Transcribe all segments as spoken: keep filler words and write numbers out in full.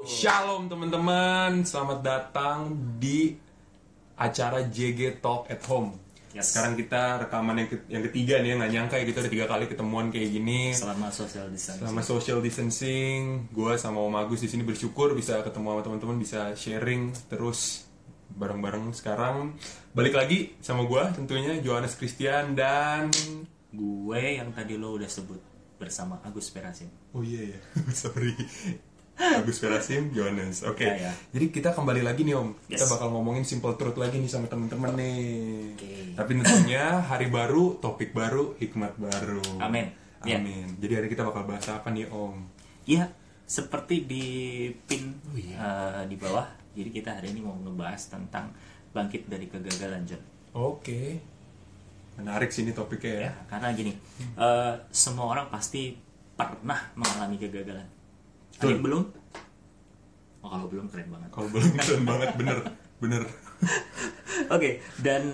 Shalom teman-teman, selamat datang di acara J G Talk at Home. Yes. Sekarang kita rekaman yang, ke- yang ketiga nih, nggak nyangka ya kita udah tiga kali ketemuan kayak gini. Selama social distancing. Selama social distancing, gue sama Om Agus di sini bersyukur bisa ketemu sama teman-teman, bisa sharing terus bareng-bareng. Sekarang balik lagi sama gue tentunya Johannes Christian dan Gue yang tadi lo udah sebut bersama Agus Perasim. oh iya ya, sorry. Agus Perasim, Johannes. Oke. Ya, ya. Jadi kita kembali lagi nih Om. Kita Yes. bakal ngomongin simple truth lagi nih sama temen-temen nih. Oke. Tapi tentunya hari baru, topik baru, hikmat baru. Amin. Ya. Amin. Jadi hari kita bakal bahas apa nih Om? Iya, seperti di pin Oh, iya. eh, di bawah. Jadi kita hari ini mau ngebahas tentang bangkit dari kegagalan, John. Oke. Menarik sih ini topiknya ya. Ya, karena gini, eh, semua orang pasti pernah mengalami kegagalan. Ada yang belum? Oh, kalau belum keren banget. Kalau belum keren banget, bener, bener. Oke, dan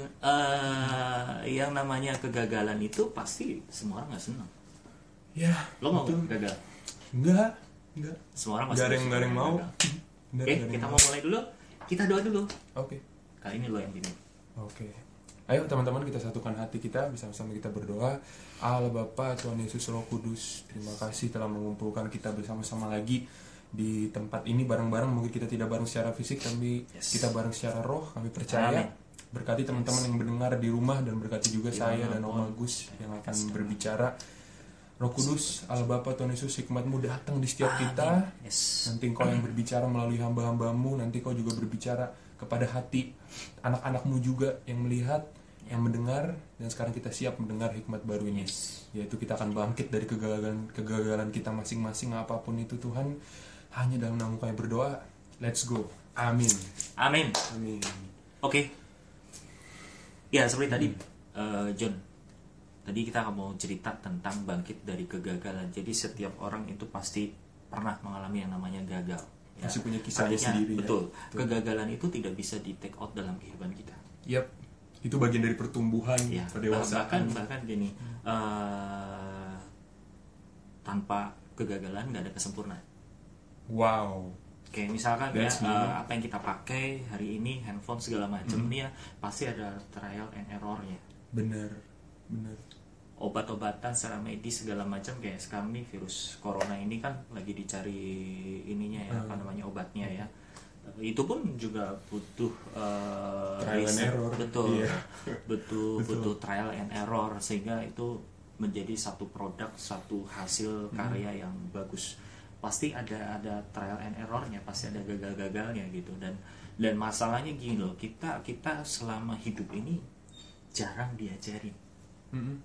eh, yang namanya kegagalan itu pasti semua orang nggak senang. Ya. Lo mau betul. gagal? Enggak, enggak. Semua orang Nggak ada yang suka nggak ada yang mau. gagal. Bener, Oke, nggak ada yang kita mau. mau mulai dulu. Kita doa dulu. Oke. Kali ini lo yang gini. Oke. Ayo teman-teman kita satukan hati kita, bersama-sama kita berdoa. Allah Bapa, Tuhan Yesus Roh Kudus, terima kasih telah mengumpulkan kita bersama-sama lagi di tempat ini bareng-bareng. Mungkin kita tidak bareng secara fisik, tapi Yes. kita bareng secara roh. Kami percaya. Amin. Berkati teman-teman yang mendengar di rumah dan berkati juga Di saya mana dan Om pun. Agus yang akan Yes, berbicara. Roh Kudus, Allah Bapa, Tuhan Yesus, hikmat-Mu datang di setiap Amin. kita. Yes. Nanti Engkau yang berbicara melalui hamba-hambamu, nanti Kau juga berbicara kepada hati anak-anakmu juga yang melihat, yang mendengar, dan sekarang kita siap mendengar hikmat baru ini. Yes. Yaitu kita akan bangkit dari kegagalan kegagalan kita masing-masing apapun itu Tuhan. Hanya dalam nama Kami berdoa. Let's go. Amin. Amin. Amin. Oke. Ya, seperti tadi, eh, John. Tadi kita mau cerita tentang bangkit dari kegagalan. Jadi setiap orang itu pasti pernah mengalami yang namanya gagal. Ya. Pasti punya kisahnya Artinya, sendiri ya. Betul. Betul. Kegagalan itu tidak bisa di take out dalam kehidupan kita. Yap. Itu bagian dari pertumbuhan, Ya, pendewasaan. bahkan bahkan gini, eh, tanpa kegagalan nggak ada kesempurnaan. Wow. Kayak misalkan ya, That's eh, new. apa yang kita pakai hari ini, handphone segala macam Hmm. nih ya, pasti ada trial and errornya. Bener. Bener. Obat-obatan secara medis segala macam kayak sekarang nih virus corona ini kan lagi dicari ininya ya, apa Hmm. namanya obatnya ya. Itu pun juga butuh eh, Trial and riset. error. Betul. Iya. Betul, Betul. butuh trial and error sehingga itu menjadi satu produk, satu hasil karya yang bagus. Pasti ada ada trial and errornya, pasti ada gagal-gagalnya gitu. Dan dan masalahnya gini loh, kita kita selama hidup ini jarang diajarin Mm-mm.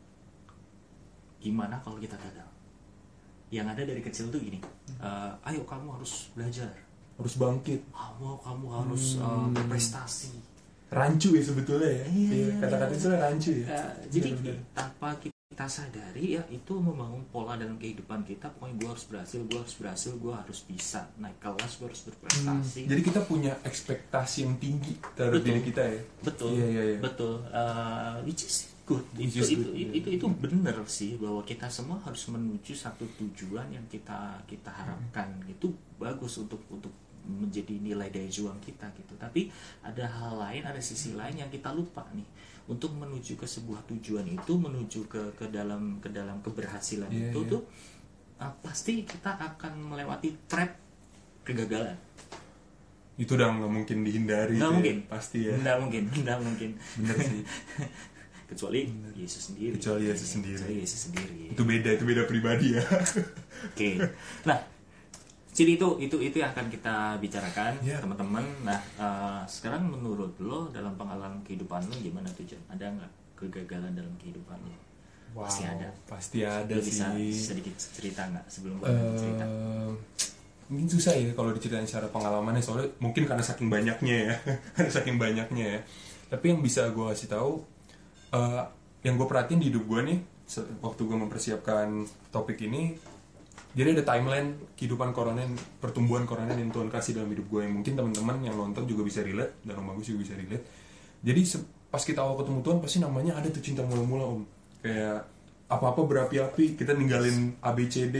gimana kalau kita gagal. Yang ada dari kecil tuh gini, eh, ayo kamu harus belajar, Harus bangkit. kamu kamu harus eh, Hmm. berprestasi. Rancu ya sebetulnya ya. Iya. Iya, kata-kata itu rancu ya. Eh, jadi Benar-benar. tanpa kita sadari ya itu membangun pola dalam kehidupan kita. Pokoknya gue harus berhasil, gue harus berhasil, gue harus bisa naik kelas, gue harus berprestasi. Hmm, Jadi kita punya ekspektasi yang tinggi terhadap Betul. diri kita ya. Betul, Iya, iya, iya. betul. Eh, which is good. Which itu, is itu, good, itu, iya. itu itu benar sih bahwa kita semua harus menuju satu tujuan yang kita kita harapkan. Itu bagus untuk untuk menjadi nilai daya juang kita gitu. Tapi ada hal lain, ada sisi lain yang kita lupa nih. Untuk menuju ke sebuah tujuan itu, menuju ke ke dalam ke dalam keberhasilan Iya, itu iya. tuh uh, pasti kita akan melewati trap kegagalan. Itu udah nggak mungkin dihindari. Nggak ya. mungkin. Pasti ya. Nggak mungkin, nggak mungkin. Bener sih. Kecuali Yesus sendiri. Kecuali Yesus sendiri. Kecuali Yesus sendiri. Itu beda, itu beda pribadi ya. Oke. Nah, jadi itu itu itu yang akan kita bicarakan, Ya. teman-teman. Nah, eh, sekarang menurut lo dalam pengalaman kehidupan lo gimana tuh, John? Ada nggak kegagalan dalam kehidupan lo? Wow, Pasti ada. Pasti ada Lo bisa sih. sedikit cerita nggak sebelum gue Eh, cerita? mungkin susah ya kalau diceritain secara pengalamannya, soalnya mungkin karena saking banyaknya ya. Karena saking banyaknya ya. Tapi yang bisa gue kasih tahu, eh, yang gue perhatiin di hidup gue nih se- waktu gue mempersiapkan topik ini, jadi ada timeline kehidupan corona, pertumbuhan corona yang Tuhan kasih dalam hidup gue, yang mungkin teman-teman yang nonton juga bisa relate dan Om Bagus juga bisa relate. Jadi se- pas kita awal ketemu Tuhan pasti namanya ada tuh cinta mula-mula Om, kayak apa-apa berapi-api, kita ninggalin A B C D,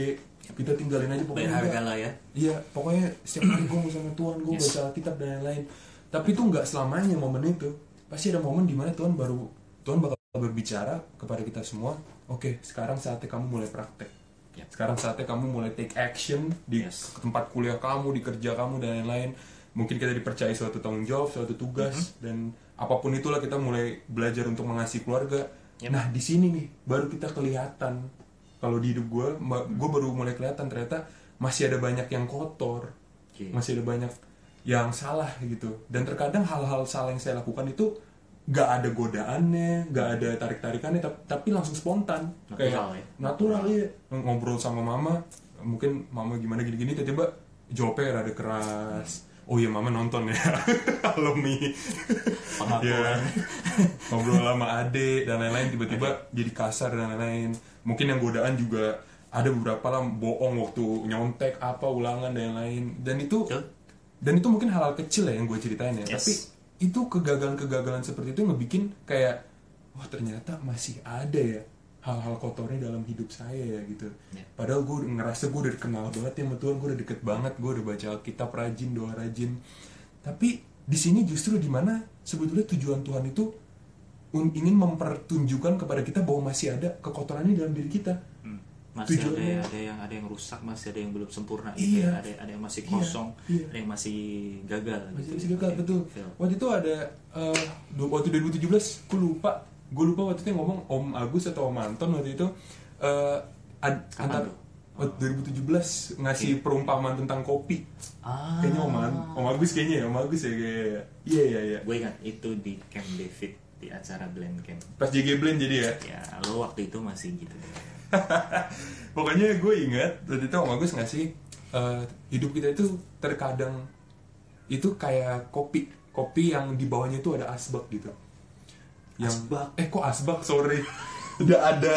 kita tinggalin aja pokoknya. Bayar harga lah ya. Iya, pokoknya setiap hari gue mau sama Tuhan, gue Yes. baca Alkitab dan lain-lain. Tapi itu nggak selamanya momen itu. Pasti ada momen dimana Tuhan baru Tuhan bakal berbicara kepada kita semua. Oke, sekarang saatnya kamu mulai praktek. Ya. Sekarang saatnya kamu mulai take action di Yes. tempat kuliah kamu, di kerja kamu dan lain-lain. Mungkin kita dipercaya suatu tanggung jawab, suatu tugas, mm-hmm. dan apapun itulah kita mulai belajar untuk mengasihi keluarga. Yep. Nah di sini nih baru kita kelihatan. Kalau di hidup gue, gue baru mulai kelihatan ternyata masih ada banyak yang kotor, Okay. masih ada banyak yang salah gitu. Dan terkadang hal-hal salah yang saya lakukan itu gak ada godaannya, gak ada tarik-tarikannya, tapi, tapi langsung spontan, Natural, kayak ya? natural ya. Ngobrol sama mama, mungkin mama gimana gini-gini, tiba-tiba jawabnya rada keras. Oh iya mama nonton ya. Halo Mi. Ya, ngobrol sama adik dan lain-lain, tiba-tiba okay. jadi kasar dan lain-lain. Mungkin yang godaan juga ada beberapa lah, bohong waktu nyontek apa ulangan dan lain-lain. Dan itu Betul. dan itu mungkin hal-hal kecil ya yang gue ceritain ya. Yes. Tapi itu kegagalan-kegagalan seperti itu ngebikin kayak wah ternyata masih ada ya hal-hal kotornya dalam hidup saya ya gitu. Yeah. Padahal gue ngerasa gue udah kenal banget ya sama Tuhan, gue udah deket banget, gue udah baca Alkitab rajin, doa rajin. Tapi di sini justru dimana sebetulnya tujuan Tuhan itu un- ingin mempertunjukkan kepada kita bahwa masih ada kekotorannya dalam diri kita. Hmm. Masih Tujuannya, ada ada yang ada yang rusak, masih ada yang belum sempurna, iya, gitu. ada ada yang masih kosong, iya, iya. ada yang masih gagal. Masih, gitu. masih gagal, Okay. betul. Feel. Waktu itu ada uh, waktu dua ribu tujuh belas, gue lupa, gue lupa waktu itu yang ngomong Om Agus atau Om Anton waktu itu uh, ad, antar waktu dua ribu tujuh belas ngasih okay. perumpamaan tentang kopi. Ah. Kayaknya Om, Om Agus kayaknya ya, Om Agus ya kayak. Iya iya iya. Gue ingat itu di Camp David, di acara Blend Camp. Pas J G Blend jadi ya. Ya, lo waktu itu masih gitu. Pokoknya gue ingat waktu itu Om Agus ngasih uh, hidup kita itu terkadang itu kayak kopi, kopi yang di bawahnya itu ada asbak gitu. Yang Asbak. eh kok asbak, sorry. Udah ada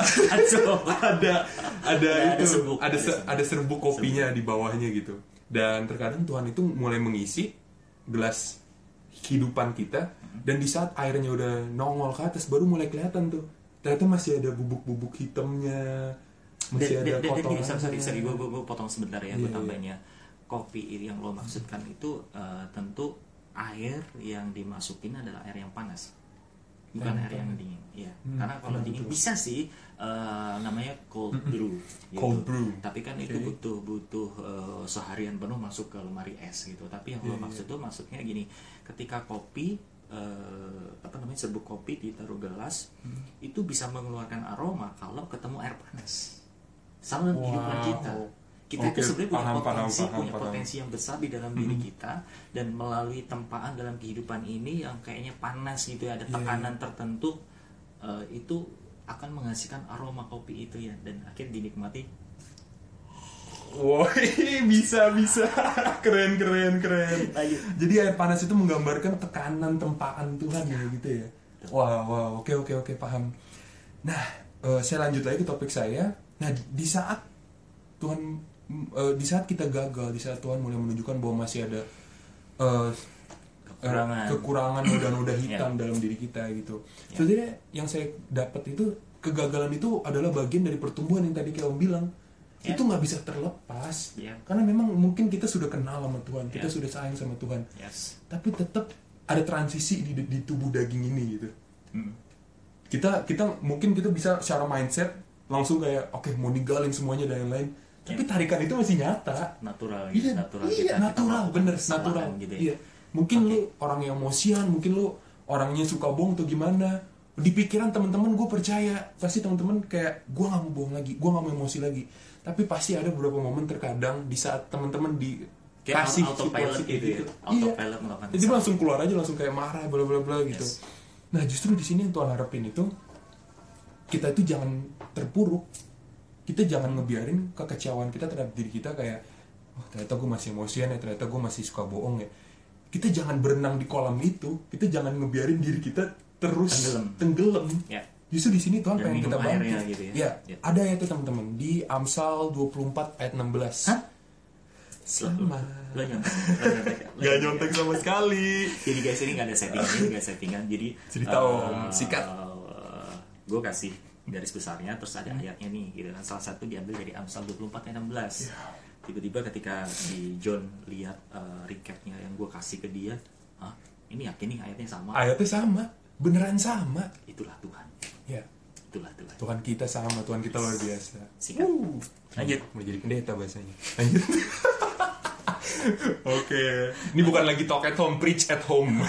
ada ada ada itu serbuk, ada ada se- serbuk. ada serbuk kopinya di bawahnya gitu. Dan terkadang Tuhan itu mulai mengisi gelas kehidupan kita, dan di saat airnya udah nongol ke atas baru mulai kelihatan tuh ternyata masih ada bubuk-bubuk hitamnya, masih ada kotoran. Sorry, sorry, sorry, gue gue potong sebentar ya, gue Yeah, tambahinnya. Kopi yang lo maksudkan itu uh, tentu air yang dimasukin adalah air yang panas, bukan Hmm. air yang dingin. Ya, Hmm, karena kalau betul, dingin betul. bisa sih uh, namanya cold brew. Gitu. Cold brew. Tapi kan Okay. itu butuh butuh uh, seharian penuh masuk ke lemari es gitu. Tapi yang Yeah, lo maksud tuh maksudnya gini, ketika kopi uh, apa namanya serbuk kopi ditaruh gelas, hmm. itu bisa mengeluarkan aroma kalau ketemu air panas. Sama dengan Wow. kehidupan kita. Kita Oke, itu sebenarnya punya paham, potensi, paham, paham, punya paham. potensi yang besar di dalam diri kita, dan melalui tempaan dalam kehidupan ini yang kayaknya panas gitu ya, ada Yeah. tekanan tertentu, uh, itu akan menghasilkan aroma kopi itu ya, dan akhirnya dinikmati. Woi, bisa bisa. Keren keren keren. Lanjut. Jadi air panas itu menggambarkan tekanan tempaan Tuhan ya gitu ya. Wow, wow, oke oke oke paham. Nah, uh, saya lanjut lagi ke topik saya. Nah, di saat Tuhan uh, di saat kita gagal, di saat Tuhan mulai menunjukkan bahwa masih ada uh, Kekurangan. kekurangan noda-noda hitam Yeah. dalam diri kita gitu. Yeah. Sebenarnya yang saya dapat itu kegagalan itu adalah bagian dari pertumbuhan yang tadi kayak Om bilang. Yeah. Itu nggak bisa terlepas. Yeah. Karena memang mungkin kita sudah kenal sama Tuhan, kita Yeah. sudah sayang sama Tuhan. Yes. Tapi tetap ada transisi di, di tubuh daging ini gitu. Hmm. Kita kita mungkin kita bisa secara mindset langsung kayak oke okay, mau ninggalin semuanya dan lain-lain. Tapi Yeah. tarikan itu masih nyata. Natural Iya, gitu, natural iya, kita, natural, kita melakukan bener, kesalahan natural. gitu ya. Iya. Mungkin Okay. lu orang yang emosian, mungkin lu orangnya suka bohong atau gimana. Di pikiran teman-teman gue percaya, pasti teman-teman kayak gue nggak mau bohong lagi, gue nggak mau emosi lagi. Tapi pasti ada beberapa momen terkadang di saat teman-teman Kayak dikasih autopilot situasi kayak gitu ya. Iya. Autopilot melakukan Jadi kesalahan. langsung keluar aja, langsung kayak marah, bla bla bla gitu. Yes. Nah justru di sini yang Tuhan harapin itu kita itu jangan terpuruk, kita jangan ngebiarin kekecewaan kita terhadap diri kita kayak, oh ternyata gue masih emosian ya, ternyata gue masih suka bohong ya. Kita jangan berenang di kolam itu, kita jangan ngebiarin diri kita terus Tenggelam. tenggelam. Ya. Justru di sini Tuhan Dan pengen minum kita bangkit. airnya gitu ya. Ya, Ya. ada ya itu teman-teman di Amsal dua puluh empat ayat enam belas. Hah? Sama. Lo nyontek, lo nyontek, lo Gak nyontek sama sekali. Jadi guys ini nggak ada settingan, ini nggak settingan. Jadi Cerita, Om. Sikat. Gue kasih garis besarnya, terus ada Hmm. ayatnya nih gitu kan. Salah satu diambil dari Amsal dua puluh empat ayat enam belas. Ya. Tiba-tiba ketika si John lihat uh, recapnya yang gue kasih ke dia, ah ini yakin nih ayatnya sama. Ayatnya sama, beneran sama. Itulah Tuhan. Ya, Itulah Tuhan. Tuhan kita sama, Tuhan kita luar biasa. Sikat. Uh, Lanjut. Mau jadi pendeta bahasanya. Lanjut. Oke, ini bukan lagi talk at home, preach at home.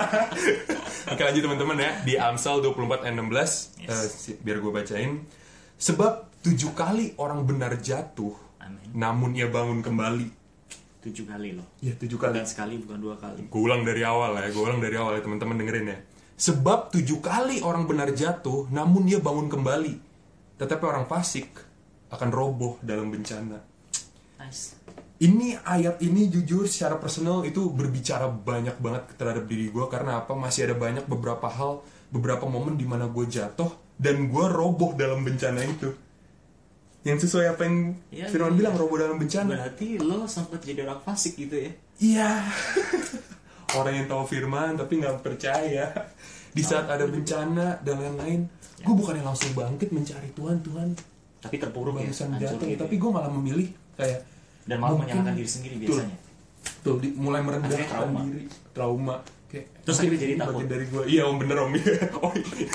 Oke, lanjut teman-teman ya. Di Amsal dua puluh empat ayat enam belas, Yes. eh, si- biar gue bacain. Sebab tujuh kali orang benar jatuh, Amin. namun ia bangun kembali. Tujuh kali loh. Ya, tujuh kali. Bukan sekali, bukan dua kali. Gue ulang dari awal ya, gue ulang dari awal ya teman-teman dengerin ya. Sebab tujuh kali orang benar jatuh, namun ia bangun kembali. Tetapi orang fasik akan roboh dalam bencana. Nice. Ini ayat ini jujur secara personal itu berbicara banyak banget terhadap diri gue. Karena apa? Masih ada banyak beberapa hal, beberapa momen di mana gue jatuh dan gue roboh dalam bencana itu. Yang sesuai apa yang Ya, Firman ya, bilang, ya. roboh dalam bencana. Berarti lo sempat jadi orang fasik gitu ya? Iya. Orang yang tahu firman tapi nggak percaya. Di saat ada bencana dan lain-lain, Ya. gue bukannya langsung bangkit mencari Tuhan, Tuhan Tapi terpuruk ya, barusan hancur jatuh, gitu tapi ya. gue malah memilih kayak Dan malah mungkin- menyalahkan diri sendiri Betul. biasanya. Tuh, di, mulai merendahkan Akhirnya trauma. diri, trauma. Kayak, Terus mungkin akhirnya jadi ini takut. bagian dari gue. Iya om, bener om. Oh,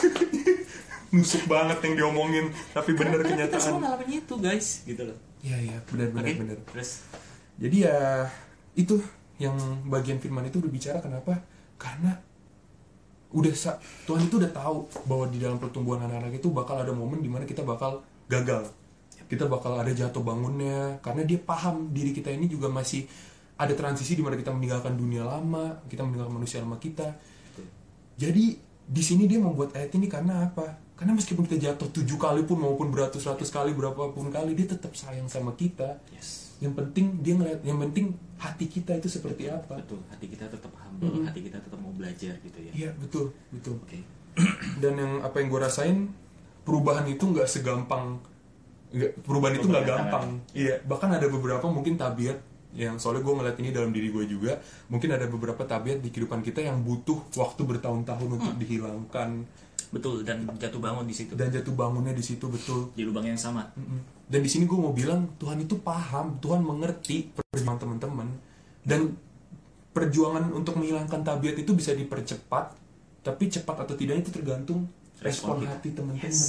nusuk banget yang diomongin, tapi bener Karena kita semua kenyataan. ngalamin itu guys, gitu loh. Iya iya, bener bener Oke, bener. terus Jadi ya itu yang bagian firman itu berbicara kenapa? Karena udah sa- Tuhan itu udah tahu bahwa di dalam pertumbuhan anak-anak itu bakal ada momen dimana kita bakal gagal, kita bakal ada jatuh bangunnya, karena dia paham diri kita ini juga masih ada transisi dimana kita meninggalkan dunia lama, kita meninggalkan manusia lama kita. Jadi di sini dia membuat ayat ini karena apa? Karena meskipun kita jatuh tujuh kali pun maupun beratus-ratus kali berapapun kali, dia tetap sayang sama kita. yes. Yang penting dia ngeliat, yang penting hati kita itu seperti apa. Betul, hati kita tetap humble, Mm-mm. hati kita tetap mau belajar gitu ya. Iya betul betul. Oke. Dan yang apa yang gue rasain, perubahan itu nggak segampang, nggak, perubahan itu nggak Perubahan gampang. Iya, bahkan ada beberapa mungkin tabiat yang soalnya gue ngeliat ini dalam diri gue juga, mungkin ada beberapa tabiat di kehidupan kita yang butuh waktu bertahun-tahun untuk dihilangkan. Betul, dan jatuh bangun di situ. Dan jatuh bangunnya di situ betul. Di lubang yang sama. Mm-mm. Dan di sini gue mau bilang Tuhan itu paham, Tuhan mengerti perjuangan teman-teman, dan perjuangan untuk menghilangkan tabiat itu bisa dipercepat, tapi cepat atau tidaknya itu tergantung respon, Respon kita. hati teman-teman. Yes.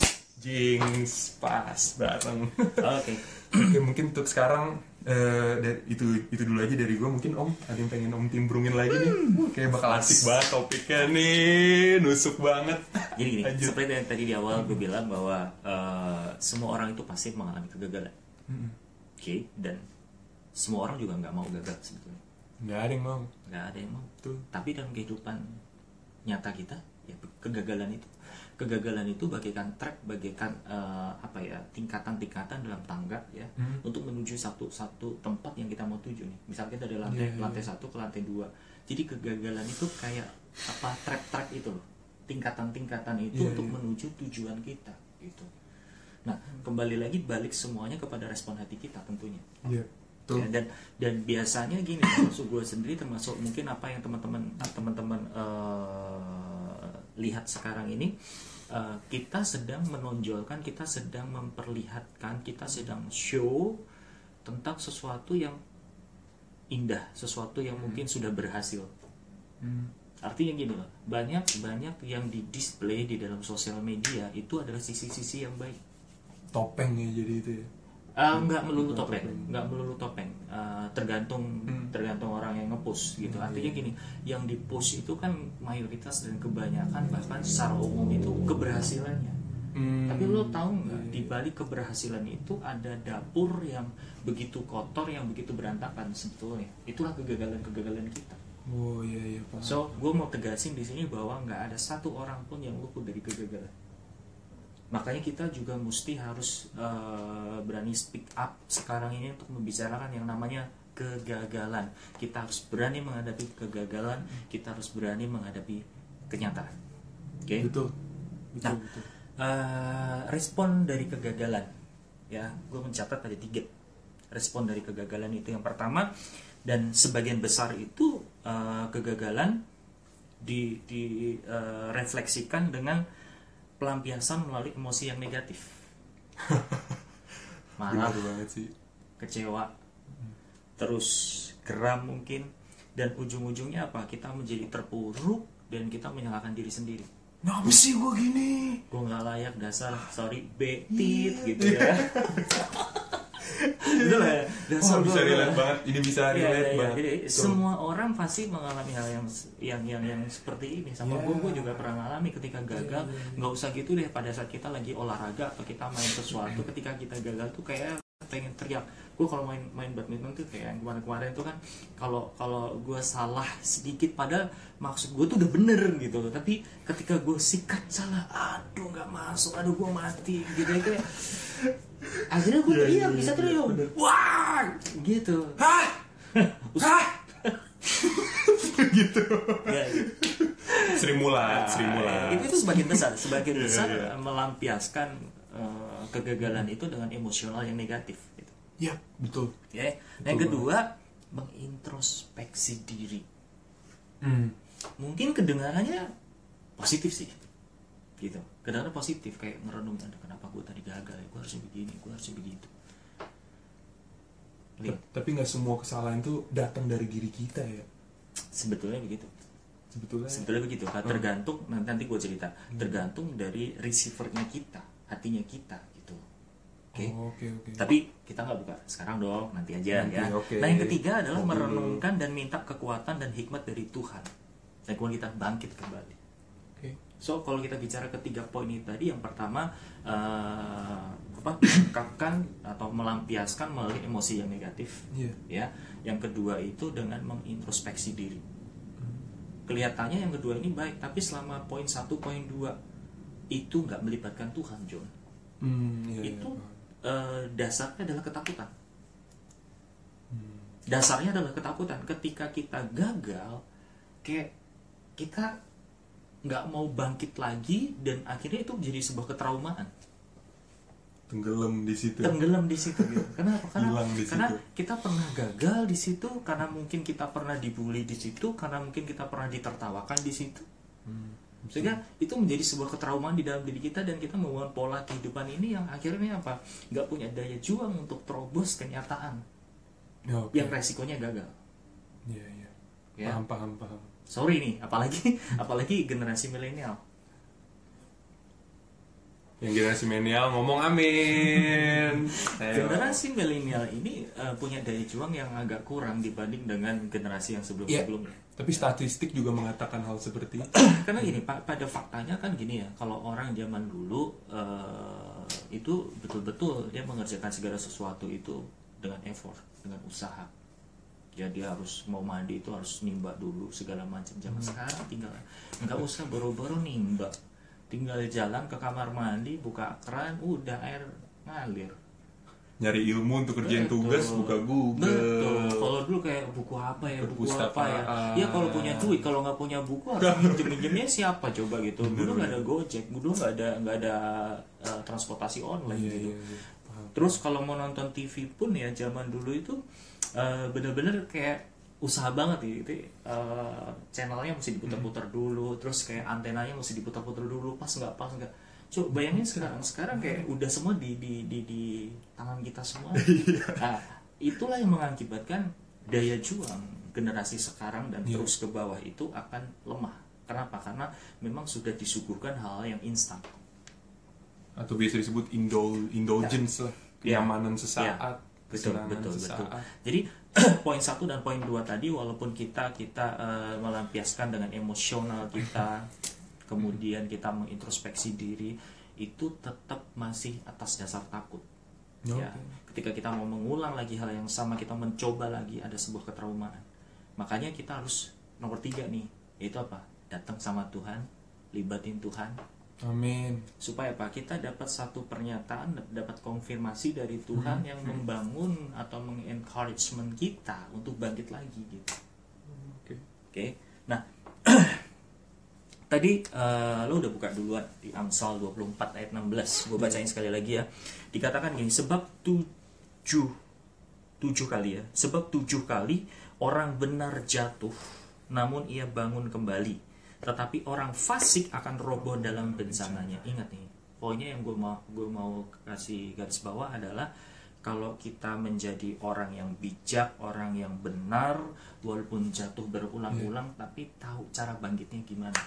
Jinx pas bareng. Oke. Oke, mungkin untuk sekarang eh, dari- itu itu dulu aja dari gue. Mungkin Om ada yang pengen Om timbrungin lagi nih. Kayak bakal asik banget topiknya nih, nusuk banget. Jadi gini, Lanjut. seperti yang tadi di awal gue bilang bahwa eh, semua orang itu pasti mengalami kegagalan. Mm-mm. Oke, dan semua orang juga nggak mau gagal sebetulnya. Nggak ada yang mau. Nggak ada yang mau. Tuh. Tapi dalam kehidupan nyata kita, ya kegagalan itu, kegagalan itu bagaikan track, bagaikan eh, apa ya, tingkatan-tingkatan dalam tangga ya, Hmm. untuk menuju satu satu tempat yang kita mau tuju nih. Misalnya kita dari lantai Iya, iya, lantai iya. satu ke lantai dua. Jadi kegagalan itu kayak apa, track-track itu loh, tingkatan-tingkatan itu Iya, untuk iya. menuju tujuan kita gitu. Nah, kembali lagi balik semuanya kepada respon hati kita tentunya. Iya. Tuh. Ya, dan dan biasanya gini, termasuk gue sendiri, termasuk mungkin apa yang teman-teman teman-teman eh, lihat sekarang ini, eh, kita sedang menonjolkan, kita sedang memperlihatkan, kita sedang show tentang sesuatu yang indah, sesuatu yang mungkin sudah berhasil. Hmm. Artinya gini loh, banyak banyak yang di display di dalam sosial media itu adalah sisi-sisi yang baik. Topeng ya jadi itu ya. Uh, nggak melulu Bukan topeng, topeng. nggak melulu topeng. Uh, tergantung Hmm. tergantung orang yang nge-push gitu. Hmm, Artinya iya. gini, yang di-push itu kan mayoritas dan kebanyakan bahkan secara umum itu keberhasilannya. Hmm. Tapi lo tahu nggak, Iya, di iya. balik keberhasilan itu ada dapur yang begitu kotor, yang begitu berantakan sebetulnya. Itulah kegagalan-kegagalan kita. Oh iya iya paham. So, gue mau tegasin di sini bahwa nggak ada satu orang pun yang luput dari kegagalan. Makanya kita juga mesti harus uh, berani speak up sekarang ini untuk membicarakan yang namanya kegagalan. Kita harus berani menghadapi kegagalan, kita harus berani menghadapi kenyataan. Oke? Betul. Betul Nah, betul. Uh, respon dari kegagalan, ya, gue mencatat ada tiga respon dari kegagalan itu. Yang pertama, dan sebagian besar itu uh, kegagalan di, di uh, refleksikan dengan pelampiasan melalui emosi yang negatif. Marah, Bener banget sih. kecewa, terus geram mungkin, dan ujung-ujungnya apa? Kita menjadi terpuruk dan kita menyalahkan diri sendiri. Kenapa sih gue gini? Gue nggak layak, dasar, sorry, betit gitu ya. Gitu lah ya. Dasar Oh, bisa gua- relate banget. Ini bisa Iya, relate iya, iya. banget. Jadi, Tuh. semua orang pasti mengalami hal yang yang yang, yang seperti ini. Sama Iya. gue, gue juga pernah ngalami ketika gagal. Iya, iya, iya. Nggak usah gitu deh, pada saat kita lagi olahraga atau kita main sesuatu, ketika kita gagal tuh kayak pengen teriak. Gue kalau main main badminton tuh kayak yang kemarin-kemarin tuh kan, kalau kalau gue salah sedikit, padahal maksud gue tuh udah bener gitu loh, tapi ketika gue sikat salah, aduh nggak masuk, aduh gue mati gitu ya, kayak akhirnya gue Iya, teriak, iya, bisa iya, teriak, bener. wah gitu. Hah? Hah? gitu. Ya, gitu. Sri Mulat, Sri Mulat. itu itu sebagian besar, sebagian Iya, besar iya. melampiaskan uh, kegagalan itu dengan emosional yang negatif. Gitu. Iya, betul. Ya, yang kedua mengintrospeksi diri. Hmm. Mungkin kedengarannya positif sih, gitu. Kedengarannya positif, kayak ngerenung, "Aduh, kenapa gue tadi gagal? Ya? Gue harusnya begini, gue harusnya begitu." Lihat, Tapi nggak semua kesalahan itu datang dari diri kita ya. sebetulnya begitu. Sebetulnya. Sebetulnya begitu. Kan Hmm. tergantung, nanti, nanti gue cerita. Tergantung dari receivernya kita, hatinya kita, gitu. Oke. Oh, oke, oke. Tapi kita nggak buka sekarang dong, nanti aja Nanti, ya. oke. Nah yang ketiga adalah Nanti. merenungkan dan minta kekuatan dan hikmat dari Tuhan. Dan kemudian kita bangkit kembali. Oke. So kalau kita bicara ketiga poin ini tadi, yang pertama eh, apa mengungkapkan atau melampiaskan melalui emosi yang negatif, Iya. ya. Yang kedua itu dengan mengintrospeksi diri. Kelihatannya yang kedua ini baik, tapi selama poin satu, poin dua itu nggak melibatkan Tuhan, John. Hmm, iya, Itu iya. eh, dasarnya adalah ketakutan. Hmm. Dasarnya adalah ketakutan. Ketika kita gagal, kayak kita nggak mau bangkit lagi, dan akhirnya itu menjadi sebuah ketraumaan. Tenggelam di situ. Tenggelam di situ gitu. Kenapa? Karena, Hilang di karena situ. kita pernah gagal di situ, karena mungkin kita pernah dibully di situ, karena mungkin kita pernah ditertawakan di situ. Hmm. Sehingga itu menjadi sebuah ketraumaan di dalam diri kita, dan kita membangun pola kehidupan ini yang akhirnya apa? Nggak punya daya juang untuk terobos kenyataan Ya, oke. yang resikonya gagal. Iya, iya. Ya. Paham, paham, paham. Sorry nih, apalagi apalagi generasi milenial. Yang generasi milenial ngomong amin. Ayo. Generasi milenial ini uh, punya daya juang yang agak kurang dibanding dengan generasi yang sebelum-sebelumnya. Tapi statistik juga mengatakan hal seperti itu. Karena gini, pa- pada faktanya kan gini ya, kalau orang zaman dulu uh, itu betul-betul dia mengerjakan segala sesuatu itu dengan effort, dengan usaha. Ya dia harus mau mandi itu harus nimba dulu segala macam. Zaman sekarang tinggal nggak usah boro-boro nimba, tinggal jalan ke kamar mandi, buka keran, udah air ngalir. Nyari ilmu untuk kerjain Betul. tugas, buka Google. Betul. Kalau dulu kayak buku apa ya, buku apa ya. Perpustakaan. Ya kalau punya duit, kalau nggak punya buku harus minjem minjemnya siapa coba gitu. Dulu nggak ada Gojek, dulu nggak ada nggak ada uh, transportasi online Iya, gitu. iya, iya. Paham. Terus kalau mau nonton T V pun ya zaman dulu itu uh, bener-bener kayak usaha banget gitu. Uh, channelnya mesti diputar-putar dulu, terus kayak antenanya mesti diputar-putar dulu, pas nggak pas nggak. Coba bayangin sekarang, sekarang kayak udah semua di di di, di tangan kita semua. Nah, itulah yang mengakibatkan daya juang generasi sekarang dan Iya. terus ke bawah itu akan lemah. Kenapa? Karena memang sudah disuguhkan hal yang instan. Atau biasa disebut indul indulgence lah, Ya. kenyamanan sesaat, Betul, kesenangan betul, sesaat. betul. Jadi poin satu dan poin dua tadi, walaupun kita kita uh, melampiaskan dengan emosional kita, kemudian kita mengintrospeksi diri, itu tetap masih atas dasar takut. Oke. Ya, ketika kita mau mengulang lagi hal yang sama, kita mencoba lagi, ada sebuah ketraumaan. Makanya kita harus nomor tiga nih, yaitu apa? Datang sama Tuhan, libatin Tuhan, Amin. supaya apa? Kita dapat satu pernyataan, dapat konfirmasi dari Tuhan yang membangun atau mengencouragement kita untuk bangkit lagi gitu. Oke. Oke. Nah, tadi uh, lo udah buka duluan di Amsal dua puluh empat ayat enam belas. Gue bacain sekali lagi ya. Dikatakan gini, sebab tujuh tujuh kali ya. Sebab tujuh kali orang benar jatuh, namun ia bangun kembali. tetapi orang fasik akan roboh dalam bencananya. Ingat nih, poinnya yang gue mau gue mau kasih garis bawah adalah kalau kita menjadi orang yang bijak, orang yang benar, walaupun jatuh berulang-ulang, yeah. tapi tahu cara bangkitnya gimana.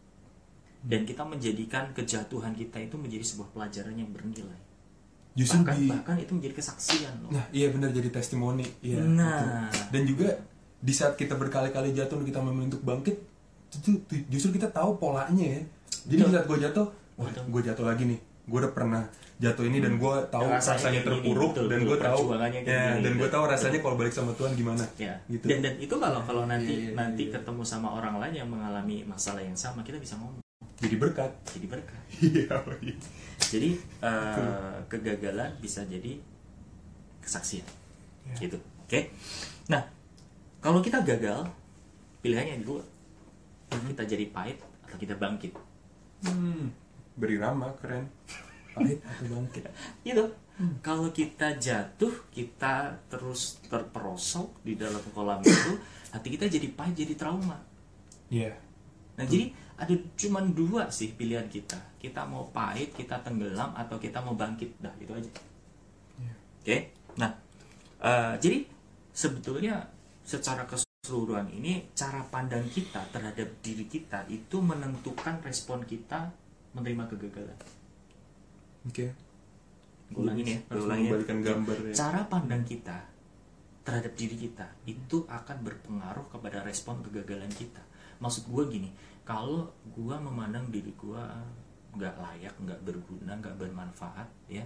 Dan kita menjadikan kejatuhan kita itu menjadi sebuah pelajaran yang bernilai. Justru bahkan, di... bahkan itu menjadi kesaksian loh. Nah, iya benar, jadi testimoni. Iya, nah, betul. Dan juga di saat kita berkali-kali jatuh dan kita memilih untuk bangkit, itu justru kita tahu polanya ya. Jadi di saat gue jatuh, wah gue jatuh lagi nih. Gue udah pernah jatuh ini dan gue tahu rasanya, rasanya terpuruk gini, dan gue tahu ya, dan gue tahu rasanya kalau balik sama Tuhan gimana. Ya. Gitu. Dan dan itu kalau kalau nanti yeah, yeah, nanti yeah. ketemu sama orang lain yang mengalami masalah yang sama, kita bisa ngomong. Jadi berkat. Jadi berkat. Iya. Jadi uh, kegagalan bisa jadi kesaksian. Yeah. Gitu. Oke. Okay? Nah, kalau kita gagal, pilihannya dua. Hmm. Kita jadi pahit atau kita bangkit. Hmm. Berirama, keren. Pahit atau bangkit. Gitu. Hmm. Kalau kita jatuh, kita terus terperosok di dalam kolam itu, hati kita jadi pahit, jadi trauma. Iya. Yeah. Nah, hmm. jadi ada cuma dua sih pilihan kita. Kita mau pahit, kita tenggelam, atau kita mau bangkit. Dah, itu aja. Yeah. Oke. Okay? Nah, uh, jadi sebetulnya secara keseluruhan ini cara pandang kita terhadap diri kita itu menentukan respon kita menerima kegagalan. Oke. Okay. Gue ulangin ya, gue ulangin ya. Ya. Cara pandang kita terhadap diri kita itu akan berpengaruh kepada respon kegagalan kita. Maksud gue gini, kalau gue memandang diri gue nggak layak, nggak berguna, nggak bermanfaat, ya,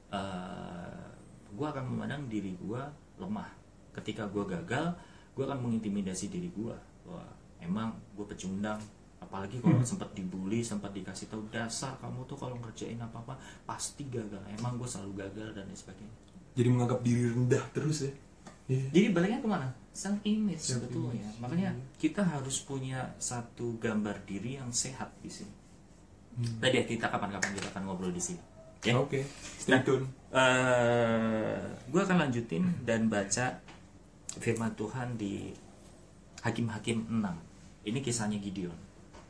uh, gue akan memandang diri gue lemah. Ketika gue gagal, gue akan mengintimidasi diri gue. Wah, emang gue pecundang. Apalagi kalau hmm. sempat dibully, sempat dikasih tahu dasar kamu tuh kalau ngerjain apa-apa pasti gagal. Emang gue selalu gagal dan lain sebagainya. Jadi menganggap diri rendah terus ya. Yeah. Jadi baliknya kemana? Self image sebetulnya. Makanya kita harus punya satu gambar diri yang sehat di sini. Hmm. Tadi kita kapan-kapan kita akan ngobrol di sini. Ya? Oke. Okay. Stay tune. Nah, uh, gue akan lanjutin dan baca firman Tuhan di Hakim-Hakim enam. Ini kisahnya Gideon.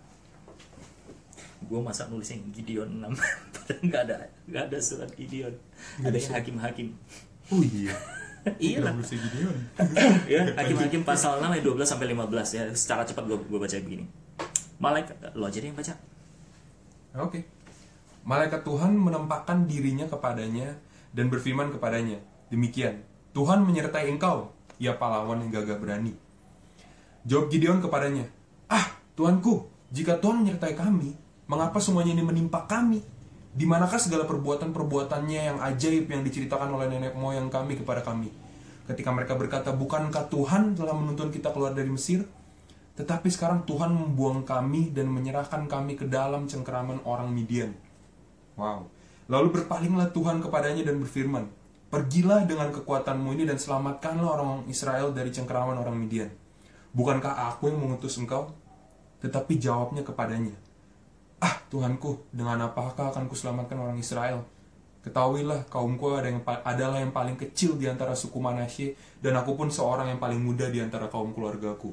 Gue masa nulisnya Gideon enam, padahal nggak ada nggak ada surat Gideon, ada yang Hakim-Hakim. Oh iya. Iya lah. Gideon. Ya, Hakim-Hakim pasal enam ayat dua belas sampai lima belas ya. Secara cepat gue gue baca begini. Malaikat, lo aja deh yang baca. Oke. Okay. Malaikat Tuhan menampakkan dirinya kepadanya dan berfirman kepadanya, demikian, Tuhan menyertai engkau, ya pahlawan yang gagah berani. Jawab Gideon kepadanya, ah Tuanku, jika Tuhan menyertai kami, mengapa semuanya ini menimpa kami? Di manakah segala perbuatan-perbuatannya yang ajaib yang diceritakan oleh nenek moyang kami kepada kami? Ketika mereka berkata, bukankah Tuhan telah menuntun kita keluar dari Mesir? Tetapi sekarang Tuhan membuang kami dan menyerahkan kami ke dalam cengkeraman orang Midian. Wow. Lalu berpalinglah Tuhan kepadanya dan berfirman, pergilah dengan kekuatanmu ini dan selamatkanlah orang Israel dari cengkeraman orang Midian. Bukankah aku yang mengutus engkau? Tetapi jawabnya kepadanya, ah Tuhanku, dengan apakah akan kuselamatkan orang Israel? Ketahuilah, kaumku ada yang, adalah yang paling kecil di antara suku Manasye, dan aku pun seorang yang paling muda di antara kaum keluargaku.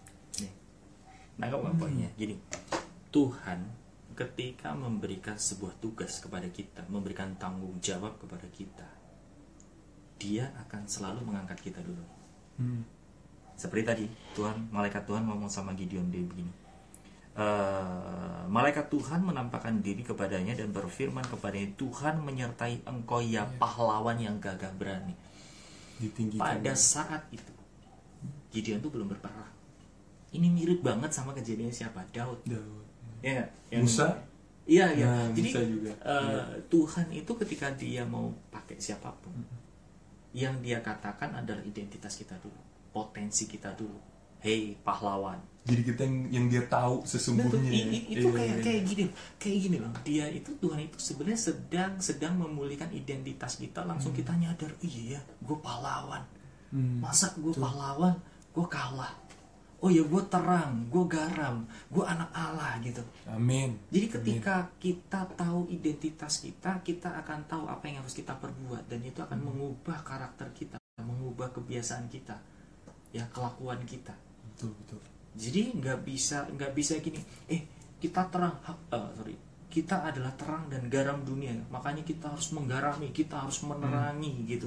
Nah, kau hmm. poinnya gini, Tuhan ketika memberikan sebuah tugas kepada kita, memberikan tanggung jawab kepada kita, Dia akan selalu mengangkat kita dulu. Hmm. Seperti tadi, Tuhan, malaikat Tuhan ngomong sama Gideon dia begini. Uh, malaikat Tuhan menampakkan diri kepadanya dan berfirman kepadanya, Tuhan menyertai engkau ya pahlawan yang gagah berani. Pada saat itu Gideon tuh belum berperang. Ini mirip banget sama kejadian siapa? Daud. Daud. Ya, yang, Musa. Iya, iya. Nah, Jadi juga. Uh, ya. Tuhan itu ketika dia mau pakai siapapun, hmm. yang dia katakan adalah identitas kita dulu, potensi kita dulu. Hei pahlawan. Jadi kita yang, yang dia tahu sesungguhnya. Nah, itu, itu iya, kayak iya. kayak gini, kayak gini loh. Dia itu Tuhan itu sebenarnya sedang sedang memulihkan identitas kita. Langsung hmm. kita nyadar, iya, gue pahlawan. Hmm. Masa gue pahlawan, gue kalah. Oh ya, gue terang, gue garam, gue anak Allah gitu. Amin. Jadi ketika Amin. kita tahu identitas kita, kita akan tahu apa yang harus kita perbuat, dan itu akan hmm. mengubah karakter kita, mengubah kebiasaan kita, ya kelakuan kita. Betul, betul. Jadi nggak bisa nggak bisa gini, eh kita terang, uh, sorry, kita adalah terang dan garam dunia, makanya kita harus menggarami, kita harus menerangi hmm. gitu.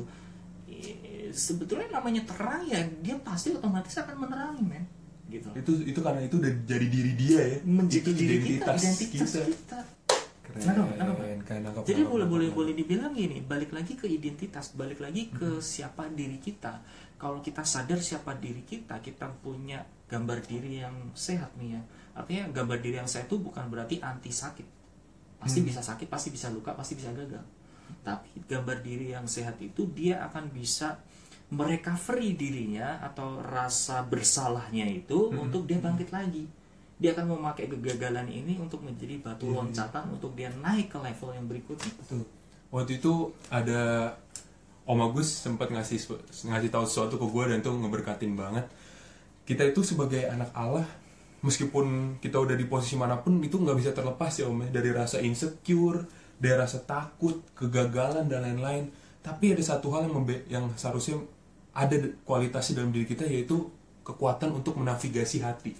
E, sebetulnya namanya terang ya, dia pasti otomatis akan menerangi, men. Gitu. Itu itu karena itu udah jadi diri dia ya. Menjadi itu diri identitas kita, identitas kita. kita. Keren, nangkep, nangkep. keren, nangkep, Jadi nangkep, boleh nangkep, boleh nangkep. boleh dibilang gini, balik lagi ke identitas, balik lagi ke hmm. siapa diri kita. Kalau kita sadar siapa diri kita, kita punya gambar diri yang sehat nih ya. Artinya gambar diri yang sehat itu bukan berarti anti sakit. Pasti hmm. bisa sakit, pasti bisa luka, pasti bisa gagal. Tapi gambar diri yang sehat itu dia akan bisa merecovery dirinya atau rasa bersalahnya itu hmm. untuk dia bangkit lagi. Dia akan memakai kegagalan ini untuk menjadi batu yeah, loncatan yeah. untuk dia naik ke level yang berikutnya. Betul. Waktu itu ada Om Agus sempat ngasih ngasih tahu sesuatu ke gue dan itu ngeberkatin banget. Kita itu sebagai anak Allah, meskipun kita udah di posisi manapun, itu nggak bisa terlepas ya Om, dari rasa insecure, dari rasa takut, kegagalan dan lain-lain. Tapi ada satu hal yang membe- yang seharusnya ada kualitasnya dalam diri kita, yaitu kekuatan untuk menavigasi hati.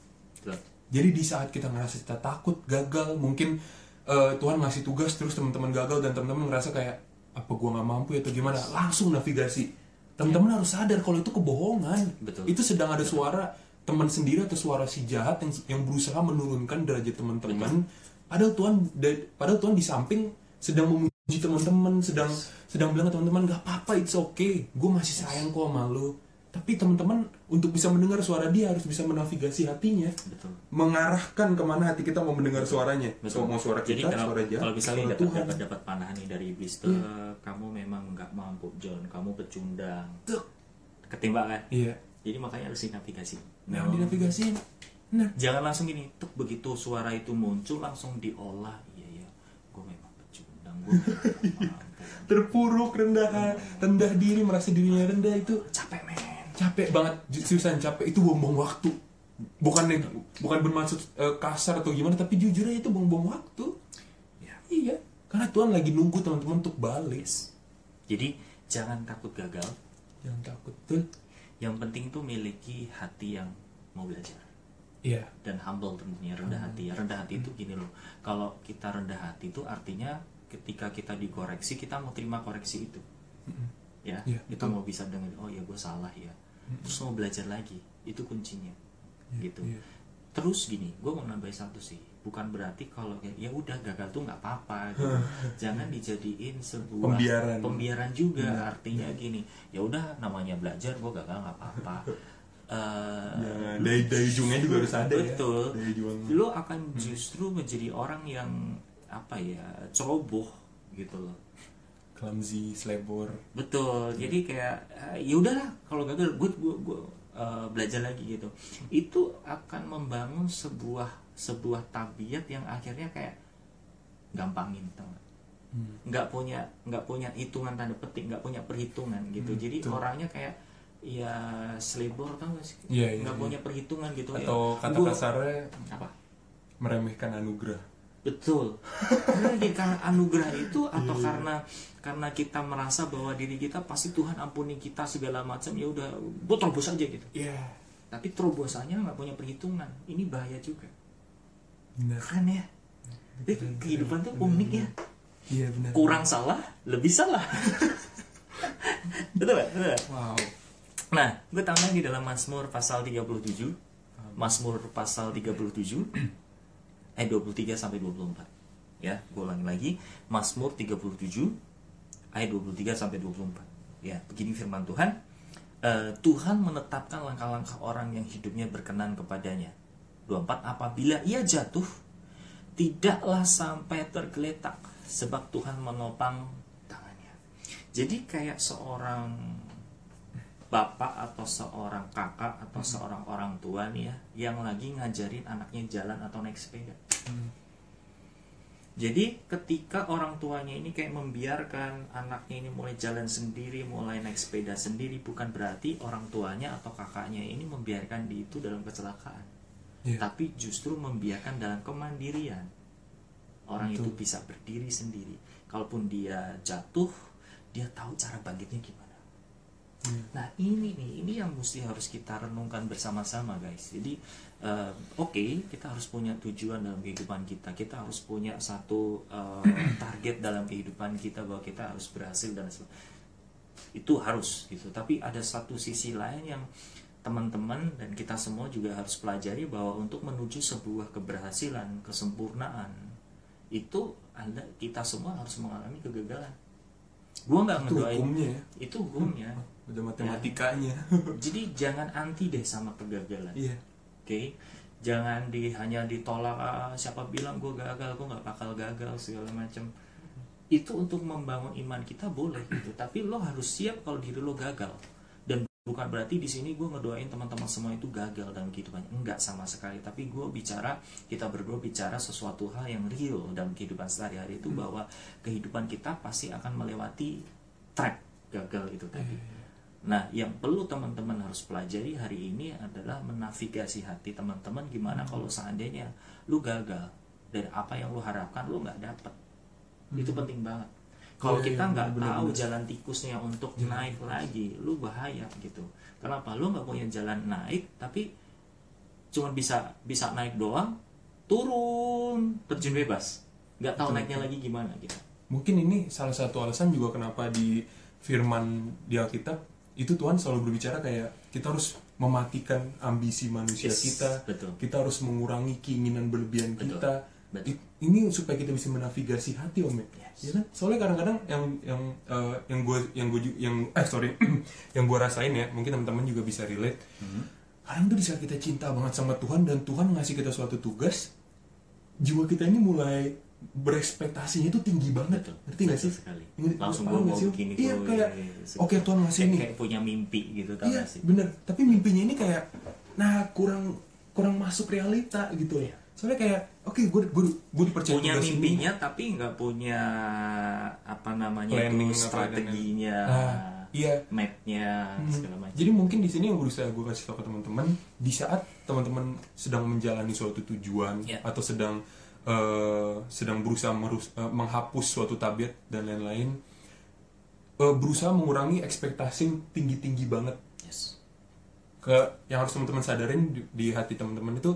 Jadi di saat kita ngerasa kita takut, gagal, mungkin uh, Tuhan ngasih tugas terus teman-teman gagal dan teman-teman ngerasa kayak apa gua nggak mampu ya atau gimana, langsung navigasi. Teman-teman ya. Harus sadar kalau itu kebohongan. Betul. Itu sedang ada Betul. Suara teman sendiri atau suara si jahat yang yang berusaha menurunkan derajat teman-teman. Padahal Tuhan padahal Tuhan di samping sedang memuji teman-teman, sedang sedang bilang ke teman-teman nggak apa-apa, it's okay, gue masih sayang kok sama lu. Tapi teman-teman untuk bisa mendengar suara dia harus bisa menavigasi hatinya. Betul. Mengarahkan kemana hati kita mau mendengar suaranya. So, mau suara kita, jadi, kalau, suara jahat, kalau misalnya dapat, dapat dapat panahan nih dari iblis tuh, yeah. kamu memang nggak mampu John, kamu pecundang. Tuh. Ketimbang kan? Iya. Yeah. Jadi makanya harus dinavigasi. Nah, no. dinavigasiin. Nah. Jangan langsung gini, tuh begitu suara itu muncul langsung diolah. Iya ya, gue memang pecundang, gue memang terpuruk, rendah, rendah diri, merasa dirinya rendah itu capek men. Capek banget, seriusan capek, itu buang-buang waktu. Bukan bukan bermaksud uh, kasar atau gimana, tapi jujur aja itu buang-buang waktu. Ya. Iya, karena Tuhan lagi nunggu teman-teman untuk balik. Jadi jangan takut gagal, jangan takut tuh. Yang penting itu miliki hati yang mau belajar. Iya. Dan humble tentunya, rendah hati. Ya, rendah hati hmm. itu gini loh. Kalau kita rendah hati itu artinya ketika kita dikoreksi, kita mau terima koreksi itu. Hmm. Ya, ya, kita betul. Mau bisa dengan oh ya gue salah ya. Terus mau belajar lagi, itu kuncinya, yeah, gitu. Yeah. Terus gini, gue mau nambahin satu sih, bukan berarti kalau kayak ya udah gagal tuh nggak apa-apa, gitu. Jangan dijadiin sebuah pembiaran, pembiaran juga. Yeah. Artinya yeah. gini, ya udah namanya belajar, gue gagal nggak apa-apa. uh, ya, dari dari ujungnya juga harus ada. Betul. Ya, lo akan justru menjadi orang yang apa ya, ceroboh gitu loh. Clumsy, selebor. Betul. Jadi kayak uh, ya udahlah kalau gagal gue gue, gue uh, belajar lagi gitu. Itu akan membangun sebuah sebuah tabiat yang akhirnya kayak gampangin, tau gak? Hmm. Nggak punya nggak punya hitungan tanda petik, nggak punya perhitungan gitu. Hmm, Jadi betul. Orangnya kayak ya selebor, tau gak sih? Yeah, yeah, nggak yeah. punya perhitungan gitu. Atau ya, kata gua, kasarnya apa? Meremehkan anugerah. Betul. Karena karena anugerah itu atau yeah. karena karena kita merasa bahwa diri kita pasti Tuhan ampuni kita segala macam, ya udah gue terobos aja gitu. Iya. Yeah. Tapi terobosannya nggak punya perhitungan. Ini bahaya juga. Benar. Keren ya. Jadi benar, kehidupan benar, tuh benar, unik benar. Ya. Iya benar. Kurang salah, lebih salah. Betul nggak? Betul. Wow. Nah, gue tambah di dalam Mazmur pasal tiga puluh tujuh. Mazmur pasal tiga puluh tujuh. ayat dua puluh tiga sampai dua puluh empat. Ya, gue ulangi lagi. Mazmur tiga puluh tujuh ayat dua puluh tiga sampai dua puluh empat. Ya, begini firman Tuhan. Uh, Tuhan menetapkan langkah-langkah orang yang hidupnya berkenan kepadanya. dua puluh empat. Apabila ia jatuh, tidaklah sampai tergeletak, sebab Tuhan menopang tangannya. Jadi kayak seorang bapak atau seorang kakak atau hmm. seorang orang tua nih ya, yang lagi ngajarin anaknya jalan atau naik sepeda. Hmm. Jadi ketika orang tuanya ini kayak membiarkan anaknya ini mulai jalan sendiri, mulai naik sepeda sendiri, bukan berarti orang tuanya atau kakaknya ini membiarkan dia itu dalam kecelakaan. Yeah. Tapi justru membiarkan dalam kemandirian. Orang Betul. Itu bisa berdiri sendiri. Kalaupun dia jatuh, dia tahu cara bangkitnya gimana. Hmm. Nah ini nih, ini yang mesti harus kita renungkan bersama-sama guys. Jadi uh, oke okay, kita harus punya tujuan dalam kehidupan kita, kita harus punya satu uh, target dalam kehidupan kita bahwa kita harus berhasil dan sebagainya. Itu harus gitu. Tapi ada satu sisi lain yang teman-teman dan kita semua juga harus pelajari, bahwa untuk menuju sebuah keberhasilan, kesempurnaan, itu anda kita semua harus mengalami kegagalan. Gua nggak ngedoain hukumnya ya. Itu hukumnya. Ada matematikanya. Ya. Jadi jangan anti deh sama kegagalan. Iya. Oke. Okay? Jangan di hanya ditolak, ah, siapa bilang gue gagal, gue nggak bakal gagal segala macam. Itu untuk membangun iman kita boleh gitu. Tapi lo harus siap kalau diri lo gagal. Dan bukan berarti di sini gue ngedoain teman-teman semua itu gagal dalam kehidupannya. Enggak sama sekali. Tapi gue bicara, kita berdua bicara sesuatu hal yang real dalam kehidupan sehari-hari itu, hmm. bahwa kehidupan kita pasti akan melewati track gagal itu tadi. Hmm. Nah, yang perlu teman-teman harus pelajari hari ini adalah menavigasi hati teman-teman gimana kalau seandainya lu gagal dan apa yang lu harapkan lu nggak dapet. Hmm. Itu penting banget. Kalau ya, kita nggak ya, tahu bener. jalan tikusnya untuk ya, naik ya. lagi, lu bahaya gitu. Kenapa? Lu nggak punya jalan naik, tapi cuma bisa bisa naik doang, turun terjun bebas, nggak tahu Betul. naiknya lagi gimana gitu. Mungkin ini salah satu alasan juga kenapa di firman di Alkitab itu Tuhan selalu berbicara kayak kita harus mematikan ambisi manusia yes, kita, betul. kita harus mengurangi keinginan berlebihan betul, kita. betul. Ini supaya kita bisa menavigasi hati, Om. Yes. Ya kan? Soalnya kadang-kadang yang yang uh, yang gue yang gue yang eh sorry yang gue rasain ya, mungkin teman-teman juga bisa relate. Mm-hmm. Kadang tuh di saat kita cinta banget sama Tuhan dan Tuhan ngasih kita suatu tugas, jiwa kita ini mulai berekspektasinya itu tinggi banget. Betul. Ngerti nggak sih? Sekali. Ngerti, langsung gue mau begini. Iya gue, kayak oke okay, Tuhan ngasih ini. Kayak punya mimpi gitu, tau iya, gak sih? Bener. Tapi mimpinya ini kayak, nah kurang kurang masuk realita gitu ya. Soalnya kayak, oke okay, gue gue gue dipercaya punya mimpinya ini. Tapi nggak punya apa namanya planning, itu strateginya, ah, iya. mapnya, hmm. segala macam. Jadi mungkin di sini yang berusaha gue kasih tau ke teman-teman, di saat teman-teman sedang menjalani suatu tujuan yeah. atau sedang Uh, sedang berusaha merus, uh, menghapus suatu tabiat dan lain-lain, uh, berusaha mengurangi ekspektasi tinggi-tinggi banget. Yes. Ke yang harus teman-teman sadarin di, di hati teman-teman itu,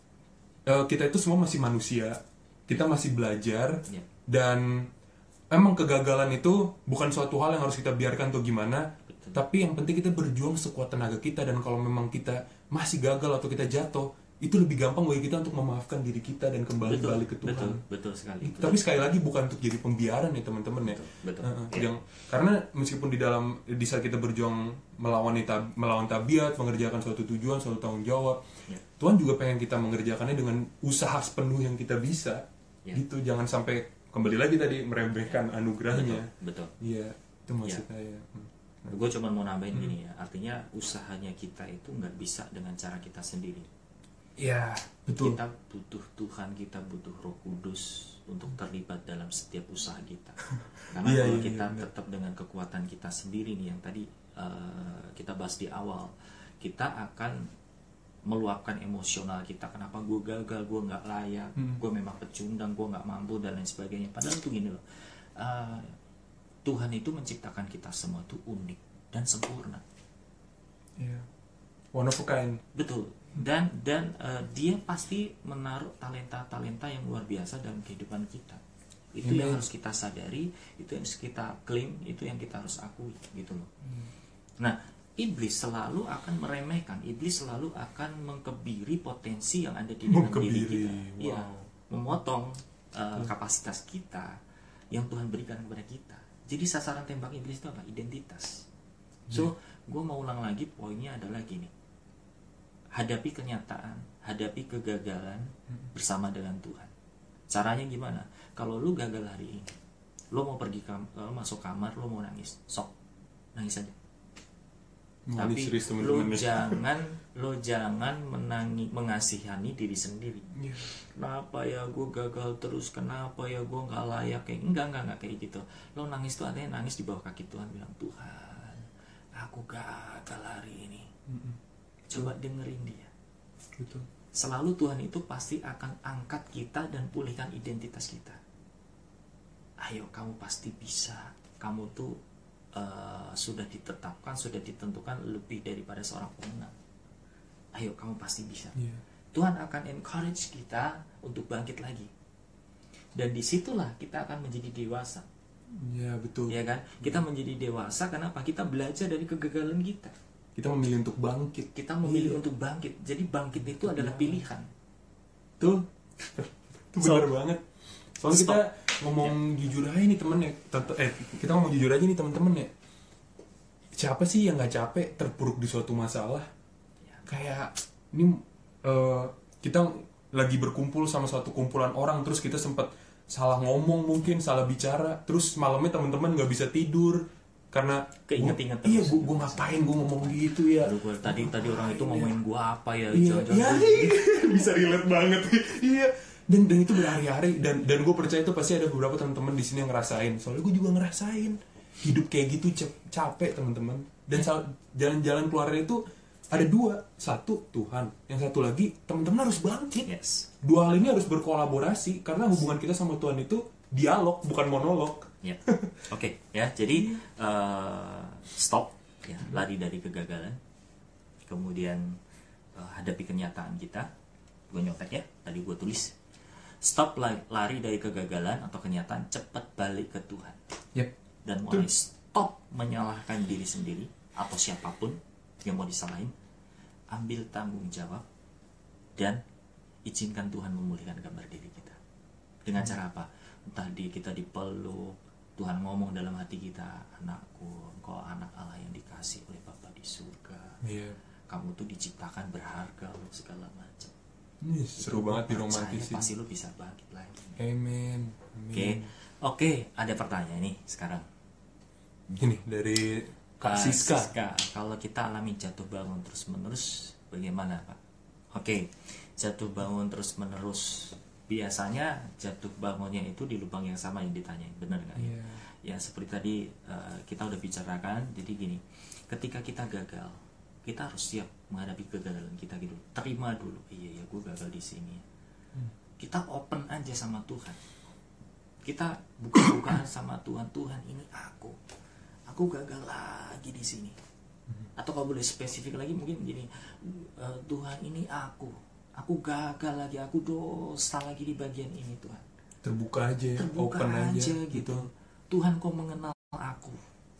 uh, kita itu semua masih manusia, kita masih belajar, yeah. dan emang kegagalan itu bukan suatu hal yang harus kita biarkan atau gimana. Betul. Tapi yang penting kita berjuang sekuat tenaga kita, dan kalau memang kita masih gagal atau kita jatuh, itu lebih gampang bagi kita untuk memaafkan diri kita dan kembali betul, balik ke Tuhan. Betul, betul sekali. Betul. Tapi sekali lagi bukan untuk jadi pembiaran ya teman-teman ya. Betul, betul. Uh, yeah. yang, karena meskipun di dalam di saat kita berjuang melawan tab, melawan tabiat, mengerjakan suatu tujuan, suatu tanggung jawab, yeah. Tuhan juga pengen kita mengerjakannya dengan usaha sepenuh yang kita bisa. Yeah. Gitu, jangan sampai kembali lagi tadi meremehkan yeah. anugerahnya. Betul. Iya, itu maksud saya. Yeah. Hmm. Gue cuma mau nambahin hmm. gini ya, artinya usahanya kita itu nggak bisa dengan cara kita sendiri. Ya, betul. Kita butuh Tuhan, kita butuh Roh Kudus untuk terlibat dalam setiap usaha kita. Karena yeah, kalau yeah, kita yeah, tetap dengan kekuatan kita sendiri nih, yang tadi uh, kita bahas di awal, kita akan meluapkan emosional kita. Kenapa gue gagal, gue nggak layak, hmm. gue memang pecundang, gue nggak mampu dan lain sebagainya. Padahal tuh gini loh, uh, Tuhan itu menciptakan kita semua tuh unik dan sempurna. Yeah. One of a kind. Betul. Dan dan uh, dia pasti menaruh talenta-talenta yang luar biasa dalam kehidupan kita. Itu Amen. Yang harus kita sadari, itu yang harus kita klaim, itu yang kita harus akui gitu loh. Hmm. Nah, iblis selalu akan meremehkan, iblis selalu akan mengkebiri potensi yang ada di dalam diri kita. Iya, wow. memotong uh, kapasitas kita yang Tuhan berikan kepada kita. Jadi sasaran tembak iblis itu apa? Identitas. So, gue mau ulang lagi, poinnya adalah gini. Hadapi kenyataan, hadapi kegagalan bersama dengan Tuhan. Caranya gimana? Kalau lu gagal hari ini, lu mau pergi kam- masuk kamar, lu mau nangis, sok nangis aja. Tapi lu jangan, lu jangan menangi, mengasihani diri sendiri. Yeah. Kenapa ya gue gagal terus? Kenapa ya gue nggak layak? Kayak enggak, enggak, enggak kayak gitu. Lu nangis tuh artinya nangis di bawah kaki Tuhan, bilang Tuhan, aku gagal hari ini. Mm-mm. Coba dengerin dia. Betul. Selalu Tuhan itu pasti akan angkat kita dan pulihkan identitas kita. Ayo, kamu pasti bisa. Kamu tuh uh, sudah ditetapkan, sudah ditentukan lebih daripada seorang pemenang. Ayo kamu pasti bisa. Yeah. Tuhan akan encourage kita untuk bangkit lagi. Dan disitulah kita akan menjadi dewasa. Ya betul. Ya kan? Kita menjadi dewasa kenapa? Kita belajar dari kegagalan kita. Kita memilih untuk bangkit. Kita memilih Iya. untuk bangkit. Jadi bangkit itu adalah pilihan. Tuh. Itu benar So, banget. Soalnya stop. kita ngomong jujur aja nih temen ya. Eh, kita ngomong jujur aja nih teman-teman ya. Siapa sih yang nggak capek terpuruk di suatu masalah? Ya. Kayak ini uh, kita lagi berkumpul sama suatu kumpulan orang, terus kita sempat salah ngomong mungkin, salah bicara, terus malamnya teman-teman nggak bisa tidur karena Keinget-inget gua, iya terus. gue gue ngapain gue ngomong gitu ya. Aduh, gua, tadi tadi orang itu ngomongin gua apa ya? Iya, Jangan-jangan iya, gua- iya. Bisa relate banget. Iya. Dan dan itu berhari-hari dan dan gue percaya itu pasti ada beberapa teman-teman di sini yang ngerasain. Soalnya gue juga ngerasain hidup kayak gitu cap- capek teman-teman. Dan sal- jalan-jalan keluarnya itu ada dua, satu Tuhan, yang satu lagi teman-teman harus bangkit. Yes. Dua hal ini harus berkolaborasi karena hubungan kita sama Tuhan itu dialog bukan monolog. Ya. Oke, ya. Jadi uh, stop ya, lari dari kegagalan. Kemudian uh, hadapi kenyataan kita. Gue nyotek ya, tadi gue tulis. Stop la- lari dari kegagalan atau kenyataan, cepat balik ke Tuhan. Yep. Dan mulai stop menyalahkan diri sendiri atau siapapun yang mau disalahin. Ambil tanggung jawab dan izinkan Tuhan memulihkan gambar diri kita. Dengan cara apa? Entah di kita dipeluk, Tuhan ngomong dalam hati kita, anakku, engkau anak Allah yang dikasih oleh Bapa di surga. Iya. Kamu tuh diciptakan berharga loh, segala macam. Ini seru banget diromantisin. Pasti lo bisa bangkit lagi. Amen. Oke, okay. oke. Okay, ada pertanyaan nih sekarang. Ini dari Kak Siska. Siska, kalau kita alami jatuh bangun terus menerus, bagaimana Pak? Oke, okay. Jatuh bangun terus menerus. Biasanya jatuh bangunnya itu di lubang yang sama yang ditanyain, benar nggak? Yeah. Ya seperti tadi uh, kita udah bicarakan. Jadi gini, ketika kita gagal, kita harus siap menghadapi kegagalan kita gitu. Terima dulu, iya ya gue gagal di sini. Hmm. Kita open aja sama Tuhan. Kita buka-bukaan sama Tuhan. Tuhan ini aku, aku gagal lagi di sini. Hmm. Atau kalau boleh spesifik lagi mungkin gini, uh, Tuhan ini aku, aku gagal lagi, aku dosa lagi di bagian ini Tuhan. Terbuka aja, Terbuka open aja, aja gitu. Tuhan kau mengenal aku.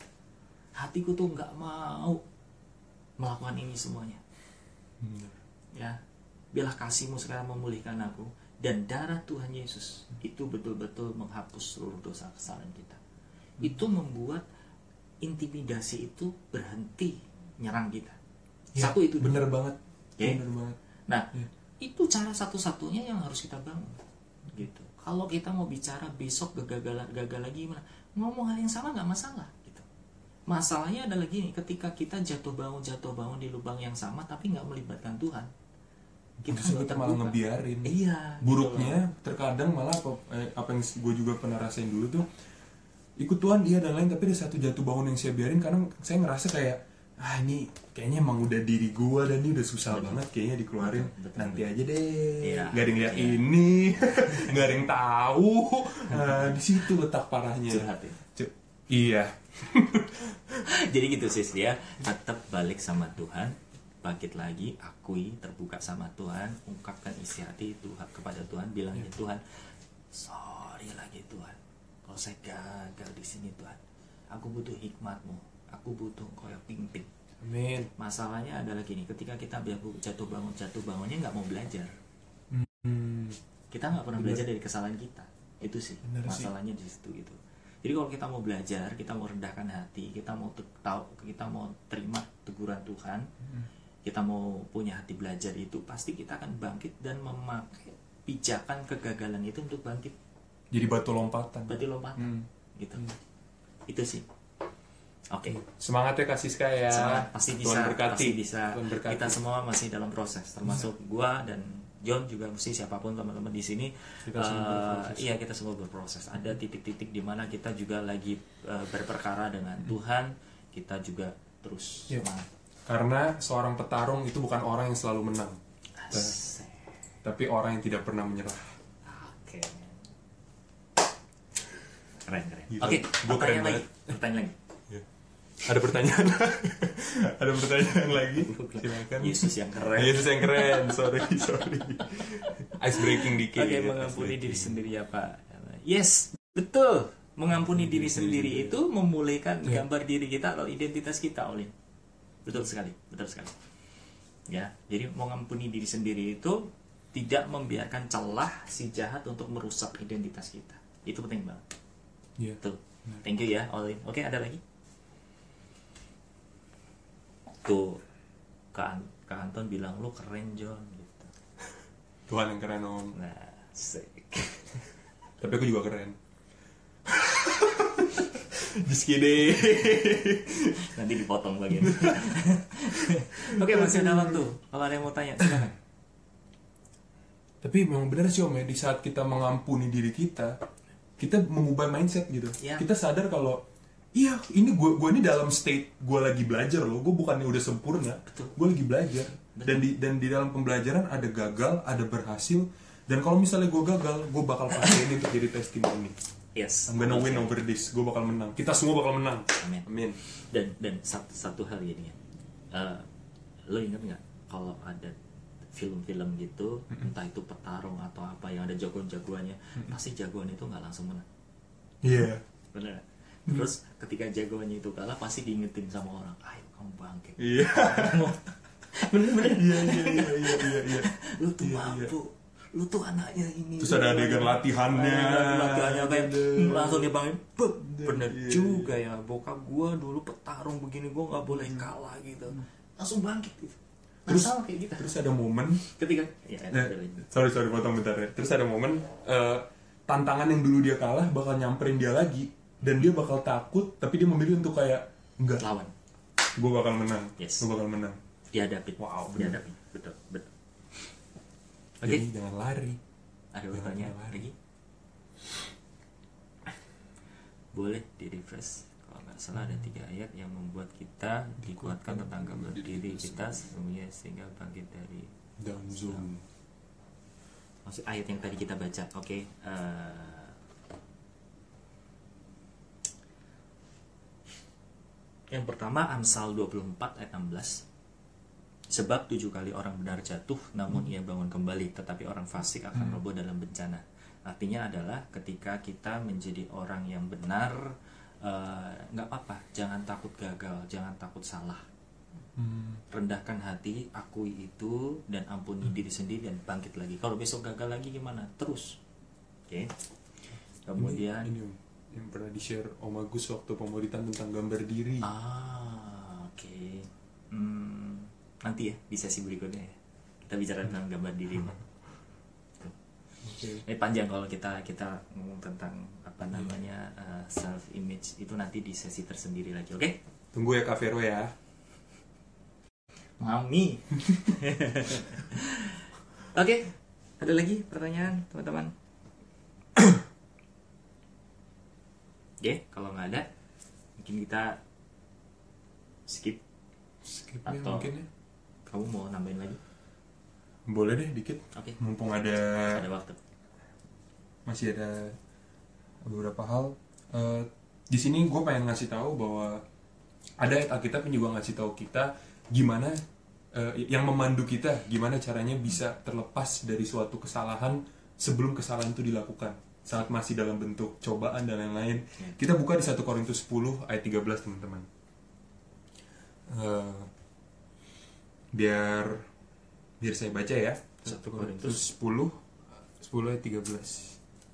Hatiku tuh nggak mau melakukan ini semuanya. Hmm. Ya, biarlah kasih-Mu sekarang memulihkan aku, dan darah Tuhan Yesus itu betul-betul menghapus seluruh dosa kesalahan kita. Hmm. Itu membuat intimidasi itu berhenti nyerang kita. Ya, Satu itu bener banget. Okay. Bener banget. Nah, ya. Itu cara satu-satunya yang harus kita bangun. Gitu. Kalau kita mau bicara besok kegagalan gagal lagi gimana, ngomong hal yang sama nggak masalah. Masalahnya adalah gini, ketika kita jatuh bangun jatuh bangun di lubang yang sama tapi nggak melibatkan Tuhan, kita, kita malah ngebiarin. Iya. Buruknya gitu terkadang malah apa, eh, apa yang gue juga pernah rasain dulu tuh, ikut Tuhan dia dan lain, tapi ada satu jatuh bangun yang saya biarin karena saya ngerasa kayak ah ini kayaknya emang udah diri gue dan ini udah susah betul. banget kayaknya dikeluarin. Betul, betul, nanti betul. aja deh. Iya. Gak ada yang lihat iya. ini, gak ada yang tahu. Nah, di situ letak parahnya. Curhat ya. C- iya. Jadi gitu sis ya, tetap balik sama Tuhan, bangkit lagi, akui, terbuka sama Tuhan, ungkapkan isi hati Tuhan kepada Tuhan, bilang ya Tuhan, sorry lagi Tuhan, kalau saya gagal di sini Tuhan, aku butuh hikmat-Mu, aku butuh Engkau yang pimpin. Amin. Masalahnya adalah gini, ketika kita jatuh bangun jatuh bangunnya nggak mau belajar, hmm. kita nggak pernah Bener. belajar dari kesalahan kita, itu sih Bener masalahnya sih. Di situ gitu. Jadi kalau kita mau belajar, kita mau rendahkan hati, kita mau tahu, kita mau terima teguran Tuhan, hmm. kita mau punya hati belajar itu, pasti kita akan bangkit dan memakai pijakan kegagalan itu untuk bangkit. Jadi batu lompatan. Batu lompatan, hmm. gitu. Hmm. Itu sih. Oke. Okay. Semangat ya Kak Siska ya. Semangat, pasti bisa. Tuhan berkati. Pasti bisa. Tuhan berkati. Kita semua masih dalam proses, termasuk gua dan John juga mesti siapapun teman-teman di sini. Kita uh, iya kita semua berproses. Ada titik-titik di mana kita juga lagi uh, berperkara dengan hmm. Tuhan. Kita juga terus yep. semangat. Karena seorang petarung itu bukan orang yang selalu menang, Asik. tapi orang yang tidak pernah menyerah. Oke. Okay. Keren keren. Oke. Okay, pertanyaan lagi. Pertanyaan lagi. Yeah. Ada pertanyaan? Ada pertanyaan lagi? Silakan. Yesus yang keren. Yesus yang keren. Sorry, sorry. Ice breaking dikit. Oke, mengampuni diri sendiri ya Pak. Yes, betul. Mengampuni diri sendiri itu memulihkan Ya. gambar diri kita atau identitas kita, Olin. Betul sekali, betul sekali. Ya, jadi mengampuni diri sendiri itu tidak membiarkan celah si jahat untuk merusak identitas kita. Itu penting banget. Iya. Tuh. Thank you ya, Olin. Oke, ada lagi? Tuh, Kak, An- Kak Anton bilang lu keren John gitu. Tuhan yang keren om. Nah, sick. Tapi aku juga keren. Just kidding. Nanti dipotong bagian. Oke, masih ada waktu. Kalau ada yang mau tanya, silakan. Tapi memang benar sih om ya, di saat kita mengampuni diri kita, kita mengubah mindset gitu. Ya. Kita sadar kalau iya, ini gue gue ini dalam state gue lagi belajar loh. Gue bukannya udah sempurna. Betul. Gue lagi belajar. Betul. Dan di dan di dalam pembelajaran ada gagal, ada berhasil. Dan kalau misalnya gue gagal, gue bakal pakai ini untuk jadi testimoni. Yes. I'm gonna win over this. Gue bakal menang. Kita semua bakal menang. Amin. Amin. Dan dan satu, satu hal gini ya. Uh, lo ingat nggak kalau ada film-film gitu, entah itu petarung atau apa yang ada jagoan-jagoannya, pasti jagoan itu nggak langsung menang. Iya. Bener. Terus ketika jagoannya itu kalah pasti diingetin sama orang, ayo kamu bangkit. Iya. Bener-bener. Iya iya iya iya iya. iya. Lu tuh Iya, mampu. Lu tuh anaknya ini. Terus ada adegan latihannya. Latihannya kayak hmm, langsung dia bangun. Bep, bener Iya, juga ya. Bokap gua dulu petarung begini, gua nggak boleh kalah gitu. Langsung bangkit gitu. Nah, Terus sama kayak kita. Terus ada momen Ketika ya, Eh, ada lagi. sorry sorry potong bentar ya. Terus ada momen eh, tantangan yang dulu dia kalah bakal nyamperin dia lagi dan dia bakal takut tapi dia memilih untuk kayak enggak, Lawan. gue bakal menang, Yes. gue bakal menang. Dihadapi. Wow, bener. Dihadapi. Betul, betul. Oke. Jadi jangan lari. Ada Jangan pertanyaan lari. lagi? Boleh di refresh. Kalau nggak salah ada tiga ayat yang membuat kita dikuatkan tentang gambar diri kita sesungguhnya sehingga bangkit dari Down zone. maksud ayat yang tadi kita baca. Oke. eh, yang pertama Amsal dua puluh empat ayat enam belas. Sebab tujuh kali orang benar jatuh, namun ia bangun kembali. Tetapi orang fasik akan roboh dalam bencana. Artinya adalah ketika kita menjadi orang yang benar, eh, nggak apa-apa. Jangan takut gagal, jangan takut salah. Hmm. Rendahkan hati, akui itu, dan ampuni diri sendiri dan bangkit lagi. Kalau besok gagal lagi gimana? Terus. Oke. Kemudian, ini, ini Om, yang pernah di share Om Agus waktu pemuritan tentang gambar diri. ah, oke. Hmm, nanti ya di sesi berikutnya ya. Kita bicara tentang gambar diri. Oke. Ini panjang kalau kita kita ngomong tentang apa namanya uh, self image itu nanti di sesi tersendiri lagi, oke? Tunggu ya Kak Vero ya. Mami. Oke, ada lagi pertanyaan teman-teman? Oke, kalau nggak ada, mungkin kita skip. Skipnya Atau- mungkin ya. Kamu mau nambahin lagi? Boleh deh dikit. Oke, Mumpung ada ada waktu. masih ada beberapa hal. Eh, di sini gue pengen ngasih tahu bahwa ada ayat Alkitab yang juga ngasih tahu kita gimana eh, yang memandu kita gimana caranya bisa terlepas dari suatu kesalahan sebelum kesalahan itu dilakukan saat masih dalam bentuk cobaan dan lain-lain. Ya. Kita buka di satu Korintus sepuluh ayat tiga belas teman-teman. Eh, biar biar saya baca ya. satu satu Korintus Korintus sepuluh sepuluh ayat tiga belas.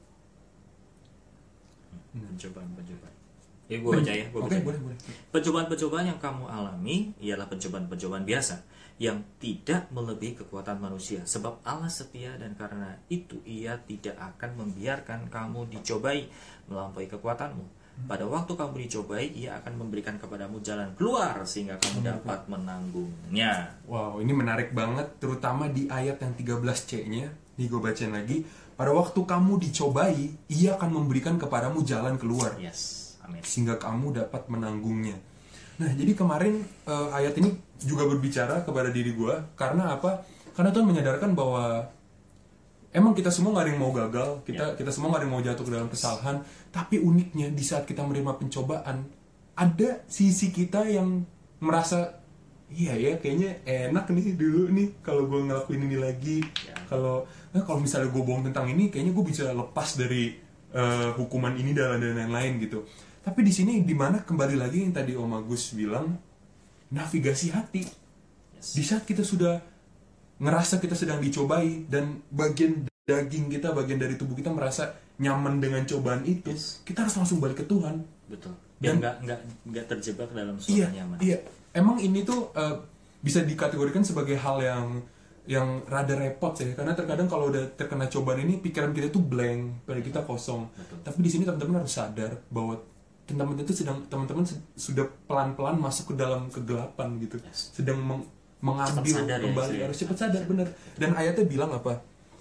Pencobaan-pencobaan. Ya gue baca ya, gue Oke, baca. boleh, boleh. Pencobaan-pencobaan yang kamu alami ialah pencobaan-pencobaan biasa yang tidak melebihi kekuatan manusia. Sebab Allah setia dan karena itu ia tidak akan membiarkan kamu dicobai melampaui kekuatanmu. Pada waktu kamu dicobai, ia akan memberikan kepadamu jalan keluar sehingga kamu dapat menanggungnya. Wow, ini menarik banget, terutama di ayat yang tiga belas C-nya. Nih gue bacain lagi. Pada waktu kamu dicobai, ia akan memberikan kepadamu jalan keluar. Yes, amin. Sehingga kamu dapat menanggungnya. Nah, jadi kemarin eh, ayat ini juga berbicara kepada diri gue. Karena apa? Karena Tuhan menyadarkan bahwa emang kita semua gak ada yang mau gagal. Kita, kita semua gak ada yang mau jatuh ke dalam kesalahan. Tapi uniknya, di saat kita menerima pencobaan, ada sisi kita yang merasa iya ya kayaknya enak nih dulu nih kalau gue ngelakuin ini lagi. Ya. Kalau nah, kalau misalnya gue bohong tentang ini, kayaknya gue bisa lepas dari uh, hukuman ini dan lain-lain gitu. Tapi di sini dimana kembali lagi yang tadi Om Agus bilang, navigasi hati. Yes. Di saat kita sudah ngerasa kita sedang dicobai dan bagian daging kita, bagian dari tubuh kita merasa nyaman dengan cobaan itu, yes. kita harus langsung balik ke Tuhan. Betul. Dan nggak nggak nggak terjebak dalam zona iya, nyaman. Iya. Emang ini tuh uh, bisa dikategorikan sebagai hal yang yang rada repot ya, karena terkadang kalau udah terkena cobaan ini pikiran kita tuh blank, pikiran kita kosong. Betul. Tapi di sini teman-teman harus sadar bahwa teman-teman itu sedang teman-teman sudah pelan-pelan masuk ke dalam kegelapan gitu, yes. sedang meng, mengambil sadar, kembali ya, harus cepat sadar bener. Dan ayatnya bilang apa?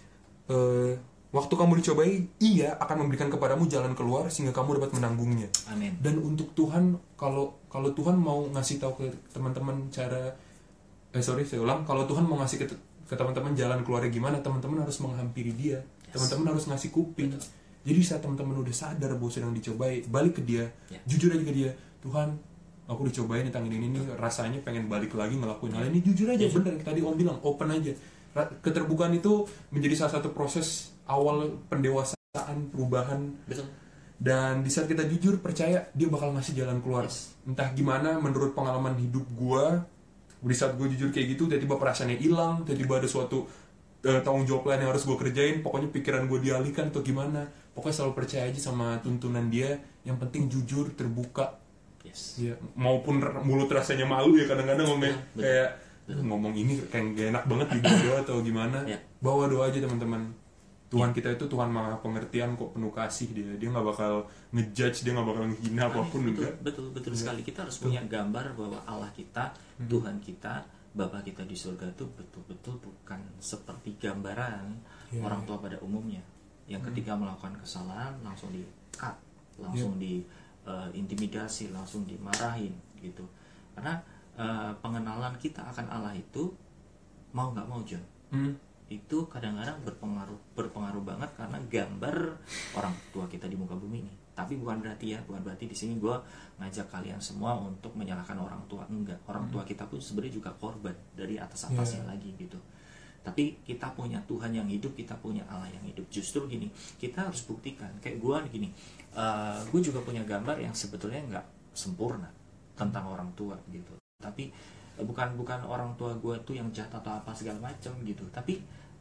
Uh, waktu kamu dicobai, Ia akan memberikan kepadamu jalan keluar sehingga kamu dapat menanggungnya. Amin. Dan untuk Tuhan, kalau kalau Tuhan mau ngasih tahu ke teman-teman cara, eh sorry saya ulang, kalau Tuhan mau ngasih ke, ke teman-teman jalan keluarnya gimana, teman-teman harus menghampiri Dia, yes. Teman-teman harus ngasih kuping. Betul. Jadi saat teman-teman udah sadar bahwa sedang dicobai, balik ke Dia, yeah. Jujur aja ke Dia, Tuhan, aku dicobain tentang ini ini rasanya pengen balik lagi ngelakuin hal ini, jujur aja, yeah. Bener tadi Om bilang, open aja. Keterbukaan itu menjadi salah satu proses awal pendewasaan, perubahan. Betul. Dan di saat kita jujur, percaya Dia bakal ngasih jalan keluar. Yes. Entah gimana menurut pengalaman hidup gue, di saat gue jujur kayak gitu, tiba-tiba perasaannya hilang, tiba-tiba ada suatu uh, tanggung jawab lain yang harus gue kerjain, pokoknya pikiran gue dialihkan atau gimana. Pokoknya selalu percaya aja sama tuntunan Dia, yang penting jujur, terbuka. Yes. Ya, maupun mulut rasanya malu ya kadang-kadang ngomong ya, kayak betul. Ngomong ini kayak gak enak banget di doa atau gimana. Ya. Bawa doa aja teman-teman. Tuhan kita itu Tuhan maha pengertian kok, penuh kasih dia. Dia nggak bakal ngejudge, dia nggak bakal menghina apapun. Betul, enggak. betul, betul ya. Sekali kita harus betul. Punya gambar bahwa Allah kita, hmm. Tuhan kita, Bapa kita di surga itu betul-betul bukan seperti gambaran ya, orang tua pada umumnya. Yang ketika hmm. melakukan kesalahan langsung di-cut, langsung ya. di-intimidasi, uh, langsung dimarahin gitu. Karena uh, pengenalan kita akan Allah itu mau nggak mau John. Hmm. Itu kadang-kadang berpengaruh berpengaruh banget karena gambar orang tua kita di muka bumi ini. Tapi bukan berarti ya, bukan berarti di sini gue ngajak kalian semua untuk menyalahkan orang tua, enggak. Orang tua kita pun sebenarnya juga korban dari atas atasnya yeah. lagi gitu. Tapi kita punya Tuhan yang hidup, kita punya Allah yang hidup. Justru gini, kita harus buktikan. Kayak gue gini, uh, gue juga punya gambar yang sebetulnya nggak sempurna tentang orang tua gitu. Tapi bukan bukan orang tua gue tuh yang jahat atau apa segala macam gitu, tapi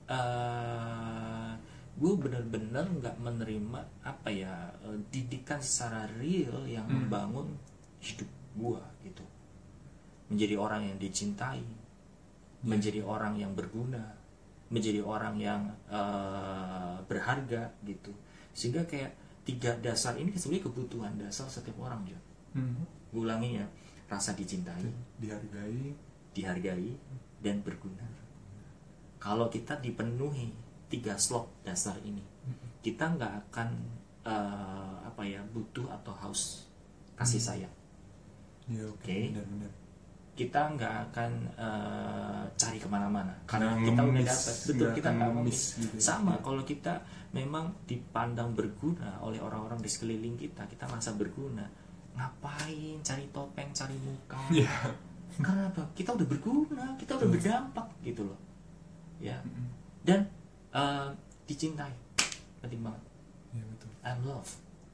uh, gue bener-bener nggak menerima apa ya uh, didikan secara real yang hmm. membangun hidup gue gitu, menjadi orang yang dicintai, hmm. menjadi orang yang berguna, menjadi orang yang uh, berharga gitu. Sehingga kayak tiga dasar ini sebenarnya kebutuhan dasar setiap orang ya. Hmm. Gue ulangi ya. Rasa dicintai, dihargai, dihargai dan berguna. Kalau kita dipenuhi tiga slot dasar ini, kita nggak akan uh, apa ya butuh atau haus kasih sayang. Ya, Oke. Okay. Okay. Kita nggak akan uh, cari kemana-mana karena ngemis, kita udah dapat. Betul, kita nggak ngemis. Gitu. Sama kalau kita memang dipandang berguna oleh orang-orang di sekeliling kita, kita merasa berguna. Ngapain cari topeng, cari muka? Yeah. Karena apa? Kita udah berguna, kita udah berdampak gitu loh, ya. Dan uh, dicintai, penting banget. Yeah, betul. I'm love.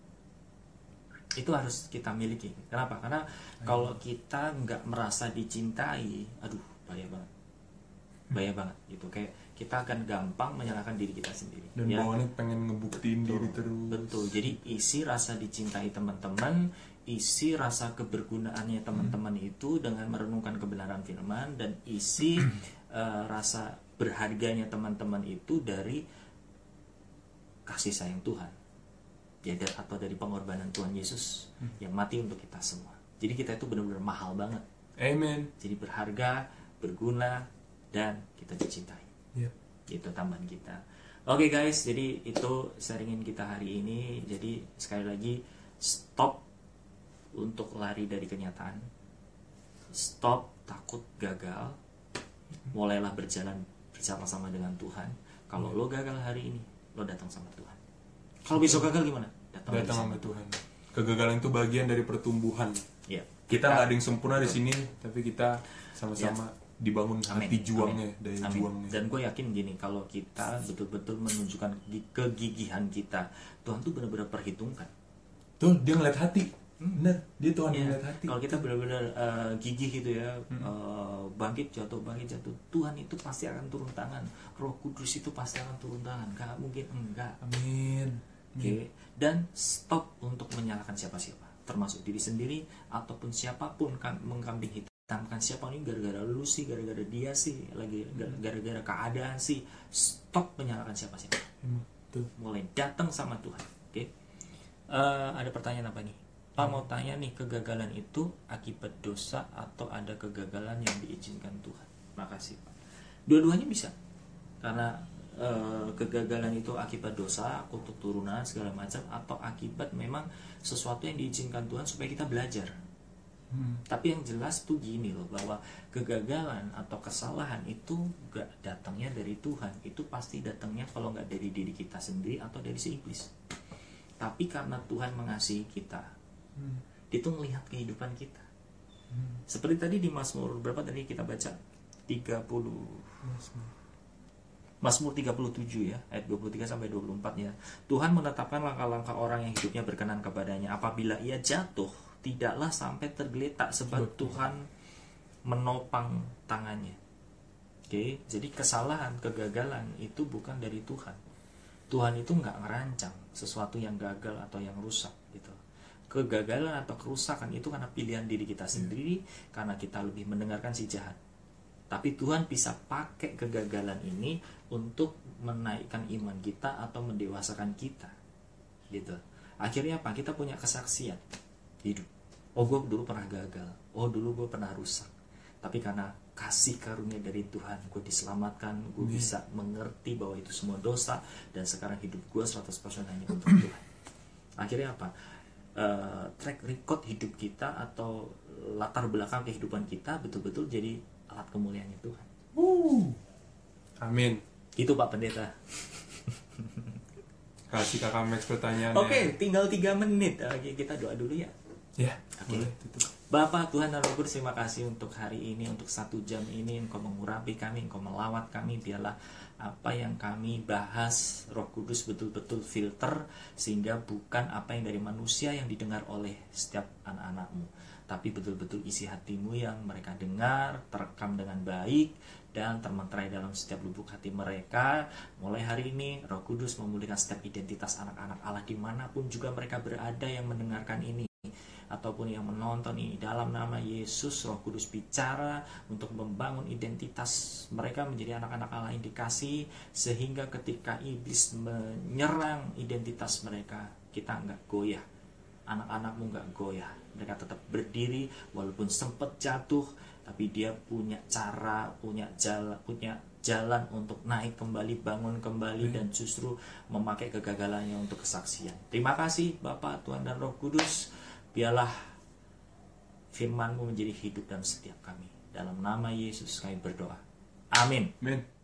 Itu harus kita miliki. Kenapa? Karena kalau kita nggak merasa dicintai, aduh, bahaya banget, bahaya banget gitu. Kayak kita akan gampang menyalahkan diri kita sendiri. Dan ya? bawaannya pengen ngebuktiin betul, diri terus. Betul. Jadi isi rasa dicintai teman-teman. Isi rasa kebergunaannya teman-teman hmm. itu dengan merenungkan kebenaran firman, dan isi uh, rasa berharganya teman-teman itu dari kasih sayang Tuhan ya, atau dari pengorbanan Tuhan Yesus hmm. yang mati untuk kita semua. Jadi kita itu benar-benar mahal banget. Amen. Jadi berharga, berguna, dan kita dicintai. Yep. Itu tambahan kita. Oke okay guys, jadi itu sharingin kita hari ini. Jadi sekali lagi, stop untuk lari dari kenyataan, stop takut gagal, mulailah berjalan bersama-sama dengan Tuhan. Kalau lo gagal hari ini, lo datang sama Tuhan. Kalau besok gagal gimana? Datang, datang sama Tuhan. Kegagalan itu bagian dari pertumbuhan. Ya. Kita nggak ada yang sempurna di sini, tapi kita sama-sama dibangun Amin. hati juangnya, Amin. daya Amin. juangnya. Dan gue yakin gini, kalau kita betul-betul menunjukkan gi- kegigihan kita, Tuhan tuh benar-benar perhitungkan. Tuh, dia ngeliat hati. Bener, dia Tuhan Ya, ngeliat hati. kalau kita benar-benar uh, gigih gitu ya, uh, bangkit jatuh bangkit jatuh, Tuhan itu pasti akan turun tangan. Roh Kudus itu pasti akan turun tangan. Gak mungkin enggak. Amin. Oke. Dan stop untuk menyalahkan siapa-siapa, termasuk diri sendiri ataupun siapapun kan mengkambing hitamkan siapa ini gara-gara lu sih, gara-gara dia sih, lagi gara-gara keadaan sih. Stop menyalahkan siapa-siapa. Hmm, Tuh. Mulai datang sama Tuhan. Oke. Uh, ada pertanyaan apa nih? Pak mau tanya nih, kegagalan itu akibat dosa atau ada kegagalan yang diizinkan Tuhan? Makasih Pak. Dua-duanya bisa. Karena e, kegagalan itu akibat dosa, kutuk turunan segala macam, atau akibat memang sesuatu yang diizinkan Tuhan supaya kita belajar. Hmm. Tapi yang jelas tuh gini loh, bahwa kegagalan atau kesalahan itu gak datangnya dari Tuhan. Itu pasti datangnya kalau gak dari diri kita sendiri atau dari si iblis. Tapi karena Tuhan mengasihi kita, Hmm. dia tuh melihat kehidupan kita. Hmm. Seperti tadi di Mazmur berapa tadi kita baca? tiga puluh Mazmur tiga puluh tujuh ya, ayat dua puluh tiga sampai dua puluh empat ya. Tuhan menetapkan langkah-langkah orang yang hidupnya berkenan kepadanya. Apabila ia jatuh, tidaklah sampai tergeletak sebab Betul. Tuhan menopang tangannya. Oke, jadi kesalahan, kegagalan itu bukan dari Tuhan. Tuhan itu nggak ngerancang sesuatu yang gagal atau yang rusak gitu. Kegagalan atau kerusakan itu karena pilihan diri kita sendiri, hmm. karena kita lebih mendengarkan si jahat. Tapi Tuhan bisa pakai kegagalan ini untuk menaikkan iman kita atau mendewasakan kita, gitu. Akhirnya apa? Kita punya kesaksian hidup. Oh, gue dulu pernah gagal. Oh, dulu gue pernah rusak. Tapi karena kasih karunia dari Tuhan, gue diselamatkan. Gue hmm. bisa mengerti bahwa itu semua dosa, dan sekarang hidup gue seratus persen hanya untuk Tuhan. Akhirnya apa? Uh, track record hidup kita atau latar belakang kehidupan kita betul-betul jadi alat kemuliaannya Tuhan. Uh. Amin. Itu Pak Pendeta. Kasih Kakak Max pertanyaannya. Oke, okay, tinggal tiga menit. Oke, kita doa dulu ya. Ya. Oke. Okay. Bapak Tuhan dan Roh Kudus, terima kasih untuk hari ini, untuk satu jam ini. Engkau mengurapi kami, Engkau melawat kami. Biarlah apa yang kami bahas, Roh Kudus betul-betul filter, sehingga bukan apa yang dari manusia yang didengar oleh setiap anak-anak-Mu, tapi betul-betul isi hati-Mu yang mereka dengar, terekam dengan baik, dan termenterai dalam setiap lubuk hati mereka. Mulai hari ini, Roh Kudus memulihkan setiap identitas anak-anak Allah dimanapun juga mereka berada yang mendengarkan ini, ataupun yang menonton ini. Dalam nama Yesus, Roh Kudus bicara untuk membangun identitas mereka menjadi anak-anak Allah yang dikasihi, sehingga ketika iblis menyerang identitas mereka, kita enggak goyah. Anak-anakmu enggak goyah. Mereka tetap berdiri walaupun sempat jatuh, tapi dia punya cara, punya jalan, punya jalan untuk naik kembali, bangun kembali, hmm. dan justru memakai kegagalannya untuk kesaksian. Terima kasih Bapa, Tuhan dan Roh Kudus. Biarlah firman-Mu menjadi hidup dalam setiap kami. Dalam nama Yesus kami berdoa. Amin. Amin.